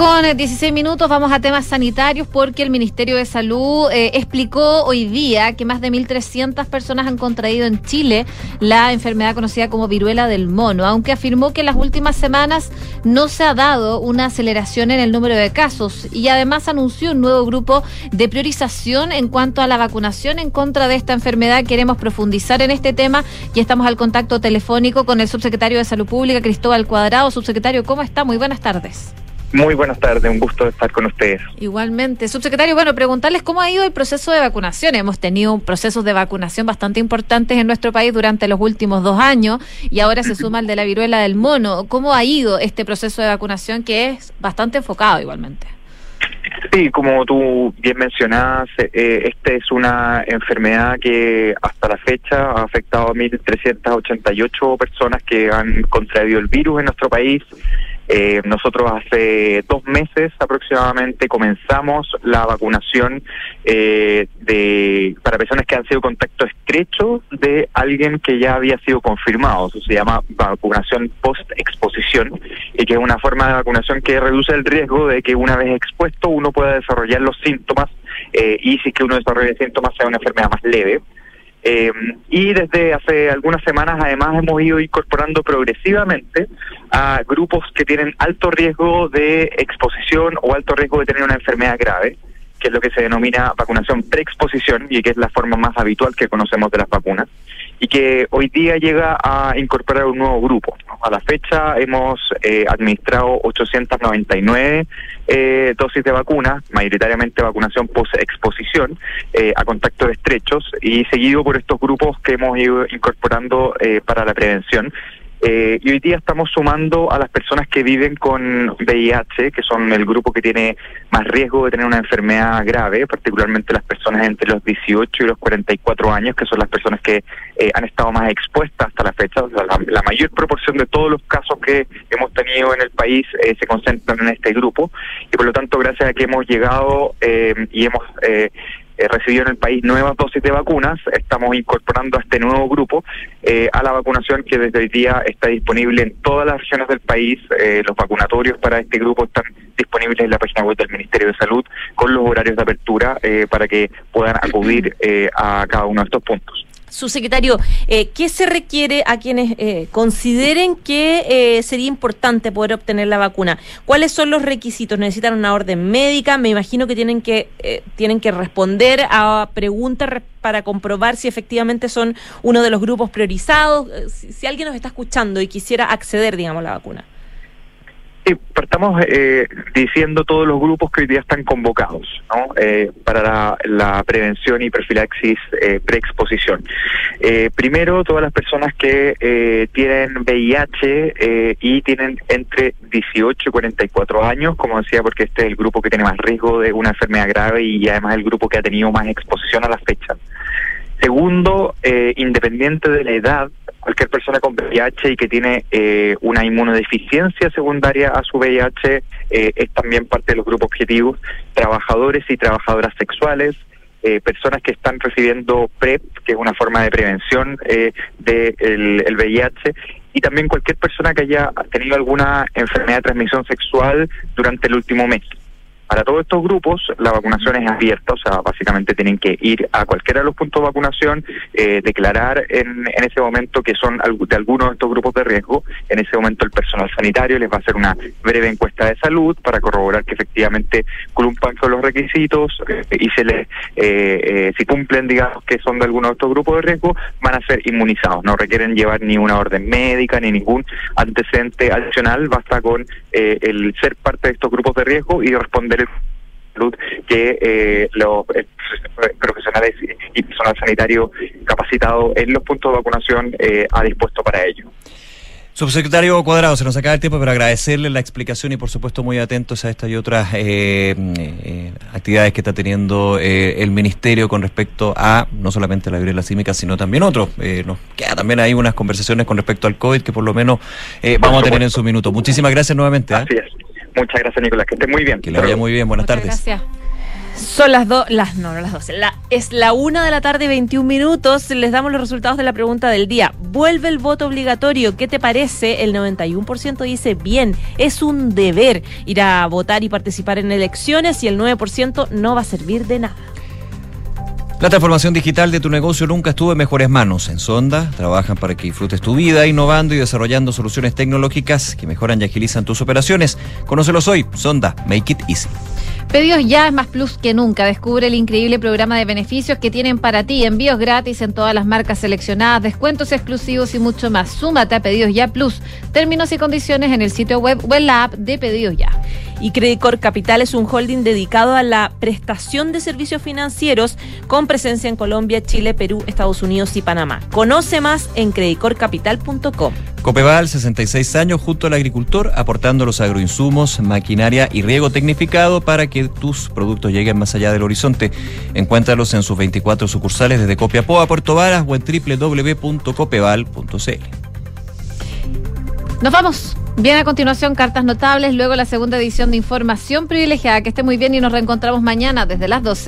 1:16, vamos a temas sanitarios porque el Ministerio de Salud explicó hoy día que más de 1.300 personas han contraído en Chile la enfermedad conocida como viruela del mono, aunque afirmó que en las últimas semanas no se ha dado una aceleración en el número de casos, y además anunció un nuevo grupo de priorización en cuanto a la vacunación en contra de esta enfermedad. Queremos profundizar en este tema y estamos al contacto telefónico con el subsecretario de Salud Pública, Cristóbal Cuadrado. Subsecretario, ¿cómo está? Muy buenas tardes. Muy buenas tardes, un gusto estar con ustedes. Igualmente. Subsecretario, bueno, preguntarles cómo ha ido el proceso de vacunación. Hemos tenido procesos de vacunación bastante importantes en nuestro país durante los últimos 2 años y ahora se suma el de la viruela del mono. ¿Cómo ha ido este proceso de vacunación que es bastante enfocado igualmente? Sí, como tú bien mencionabas, esta es una enfermedad que hasta la fecha ha afectado a 1.388 personas que han contraído el virus en nuestro país. Nosotros hace 2 meses aproximadamente comenzamos la vacunación para personas que han sido contacto estrecho de alguien que ya había sido confirmado. Eso se llama vacunación post-exposición, y que es una forma de vacunación que reduce el riesgo de que una vez expuesto uno pueda desarrollar los síntomas y si que uno desarrolla síntomas sea una enfermedad más leve. Y desde hace algunas semanas además hemos ido incorporando progresivamente a grupos que tienen alto riesgo de exposición o alto riesgo de tener una enfermedad grave, que es lo que se denomina vacunación preexposición y que es la forma más habitual que conocemos de las vacunas, y que hoy día llega a incorporar un nuevo grupo. A la fecha hemos administrado 899 dosis de vacuna, mayoritariamente vacunación post-exposición, a contactos estrechos, y seguido por estos grupos que hemos ido incorporando para la prevención. Y hoy día estamos sumando a las personas que viven con VIH, que son el grupo que tiene más riesgo de tener una enfermedad grave, particularmente las personas entre los 18 y los 44 años, que son las personas que han estado más expuestas hasta la fecha. O sea, la mayor proporción de todos los casos que hemos tenido en el país se concentran en este grupo, y por lo tanto, gracias a que hemos llegado y hemos recibido en el país nuevas dosis de vacunas, estamos incorporando a este nuevo grupo a la vacunación que desde hoy día está disponible en todas las regiones del país. Los vacunatorios para este grupo están disponibles en la página web del Ministerio de Salud con los horarios de apertura para que puedan acudir a cada uno de estos puntos. Subsecretario, ¿qué se requiere a quienes consideren que sería importante poder obtener la vacuna? ¿Cuáles son los requisitos? ¿Necesitan una orden médica? Me imagino que tienen que responder a preguntas para comprobar si efectivamente son uno de los grupos priorizados. Si alguien nos está escuchando y quisiera acceder, digamos, a la vacuna. Sí, partamos diciendo todos los grupos que hoy día están convocados, ¿no? Para la prevención y profilaxis preexposición. Primero, todas las personas que tienen VIH y tienen entre 18 y 44 años, como decía, porque este es el grupo que tiene más riesgo de una enfermedad grave y además el grupo que ha tenido más exposición a la fecha. Segundo, independiente de la edad, cualquier persona con VIH y que tiene una inmunodeficiencia secundaria a su VIH es también parte de los grupos objetivos. Trabajadores y trabajadoras sexuales, personas que están recibiendo PrEP, que es una forma de prevención del VIH, y también cualquier persona que haya tenido alguna enfermedad de transmisión sexual durante el último mes. Para todos estos grupos la vacunación es abierta, o sea, básicamente tienen que ir a cualquiera de los puntos de vacunación, declarar en ese momento que son de algunos de estos grupos de riesgo. En ese momento el personal sanitario les va a hacer una breve encuesta de salud para corroborar que efectivamente cumplan con los requisitos y si cumplen, digamos, que son de algunos de estos grupos de riesgo, van a ser inmunizados. No requieren llevar ni una orden médica ni ningún antecedente adicional, basta con el ser parte de estos grupos de riesgo y responder salud que los profesionales y personal sanitario capacitado en los puntos de vacunación ha dispuesto para ello. Subsecretario Cuadrado, se nos acaba el tiempo, pero agradecerle la explicación y por supuesto muy atentos a estas y otras actividades que está teniendo el Ministerio con respecto a no solamente la viruela símica, sino también otros. Nos queda también ahí unas conversaciones con respecto al COVID que por lo menos vamos a tener en su minuto. Muchísimas gracias nuevamente. Así es. Muchas gracias, Nicolás, que esté muy bien. Que le vaya muy bien, buenas tardes. Gracias. Son las 12, es la 1:21 PM. Les damos los resultados de la pregunta del día. ¿Vuelve el voto obligatorio? ¿Qué te parece? El 91% dice bien, es un deber ir a votar y participar en elecciones, y el 9% no va a servir de nada. La transformación digital de tu negocio nunca estuvo en mejores manos. En Sonda trabajan para que disfrutes tu vida, innovando y desarrollando soluciones tecnológicas que mejoran y agilizan tus operaciones. Conócelos hoy. Sonda, make it easy. Pedidos Ya es más plus que nunca. Descubre el increíble programa de beneficios que tienen para ti. Envíos gratis en todas las marcas seleccionadas, descuentos exclusivos y mucho más. Súmate a Pedidos Ya Plus. Términos y condiciones en el sitio web o en la app de Pedidos Ya. Y Credicor Capital es un holding dedicado a la prestación de servicios financieros con presencia en Colombia, Chile, Perú, Estados Unidos y Panamá. Conoce más en credicorcapital.com. Copeval, 66 años junto al agricultor, aportando los agroinsumos, maquinaria y riego tecnificado para que tus productos lleguen más allá del horizonte. Encuéntralos en sus 24 sucursales desde Copiapó a Puerto Varas o en www.copeval.cl. Nos vamos. Bien, a continuación, cartas notables, luego la segunda edición de Información Privilegiada. Que esté muy bien y nos reencontramos mañana desde las 12.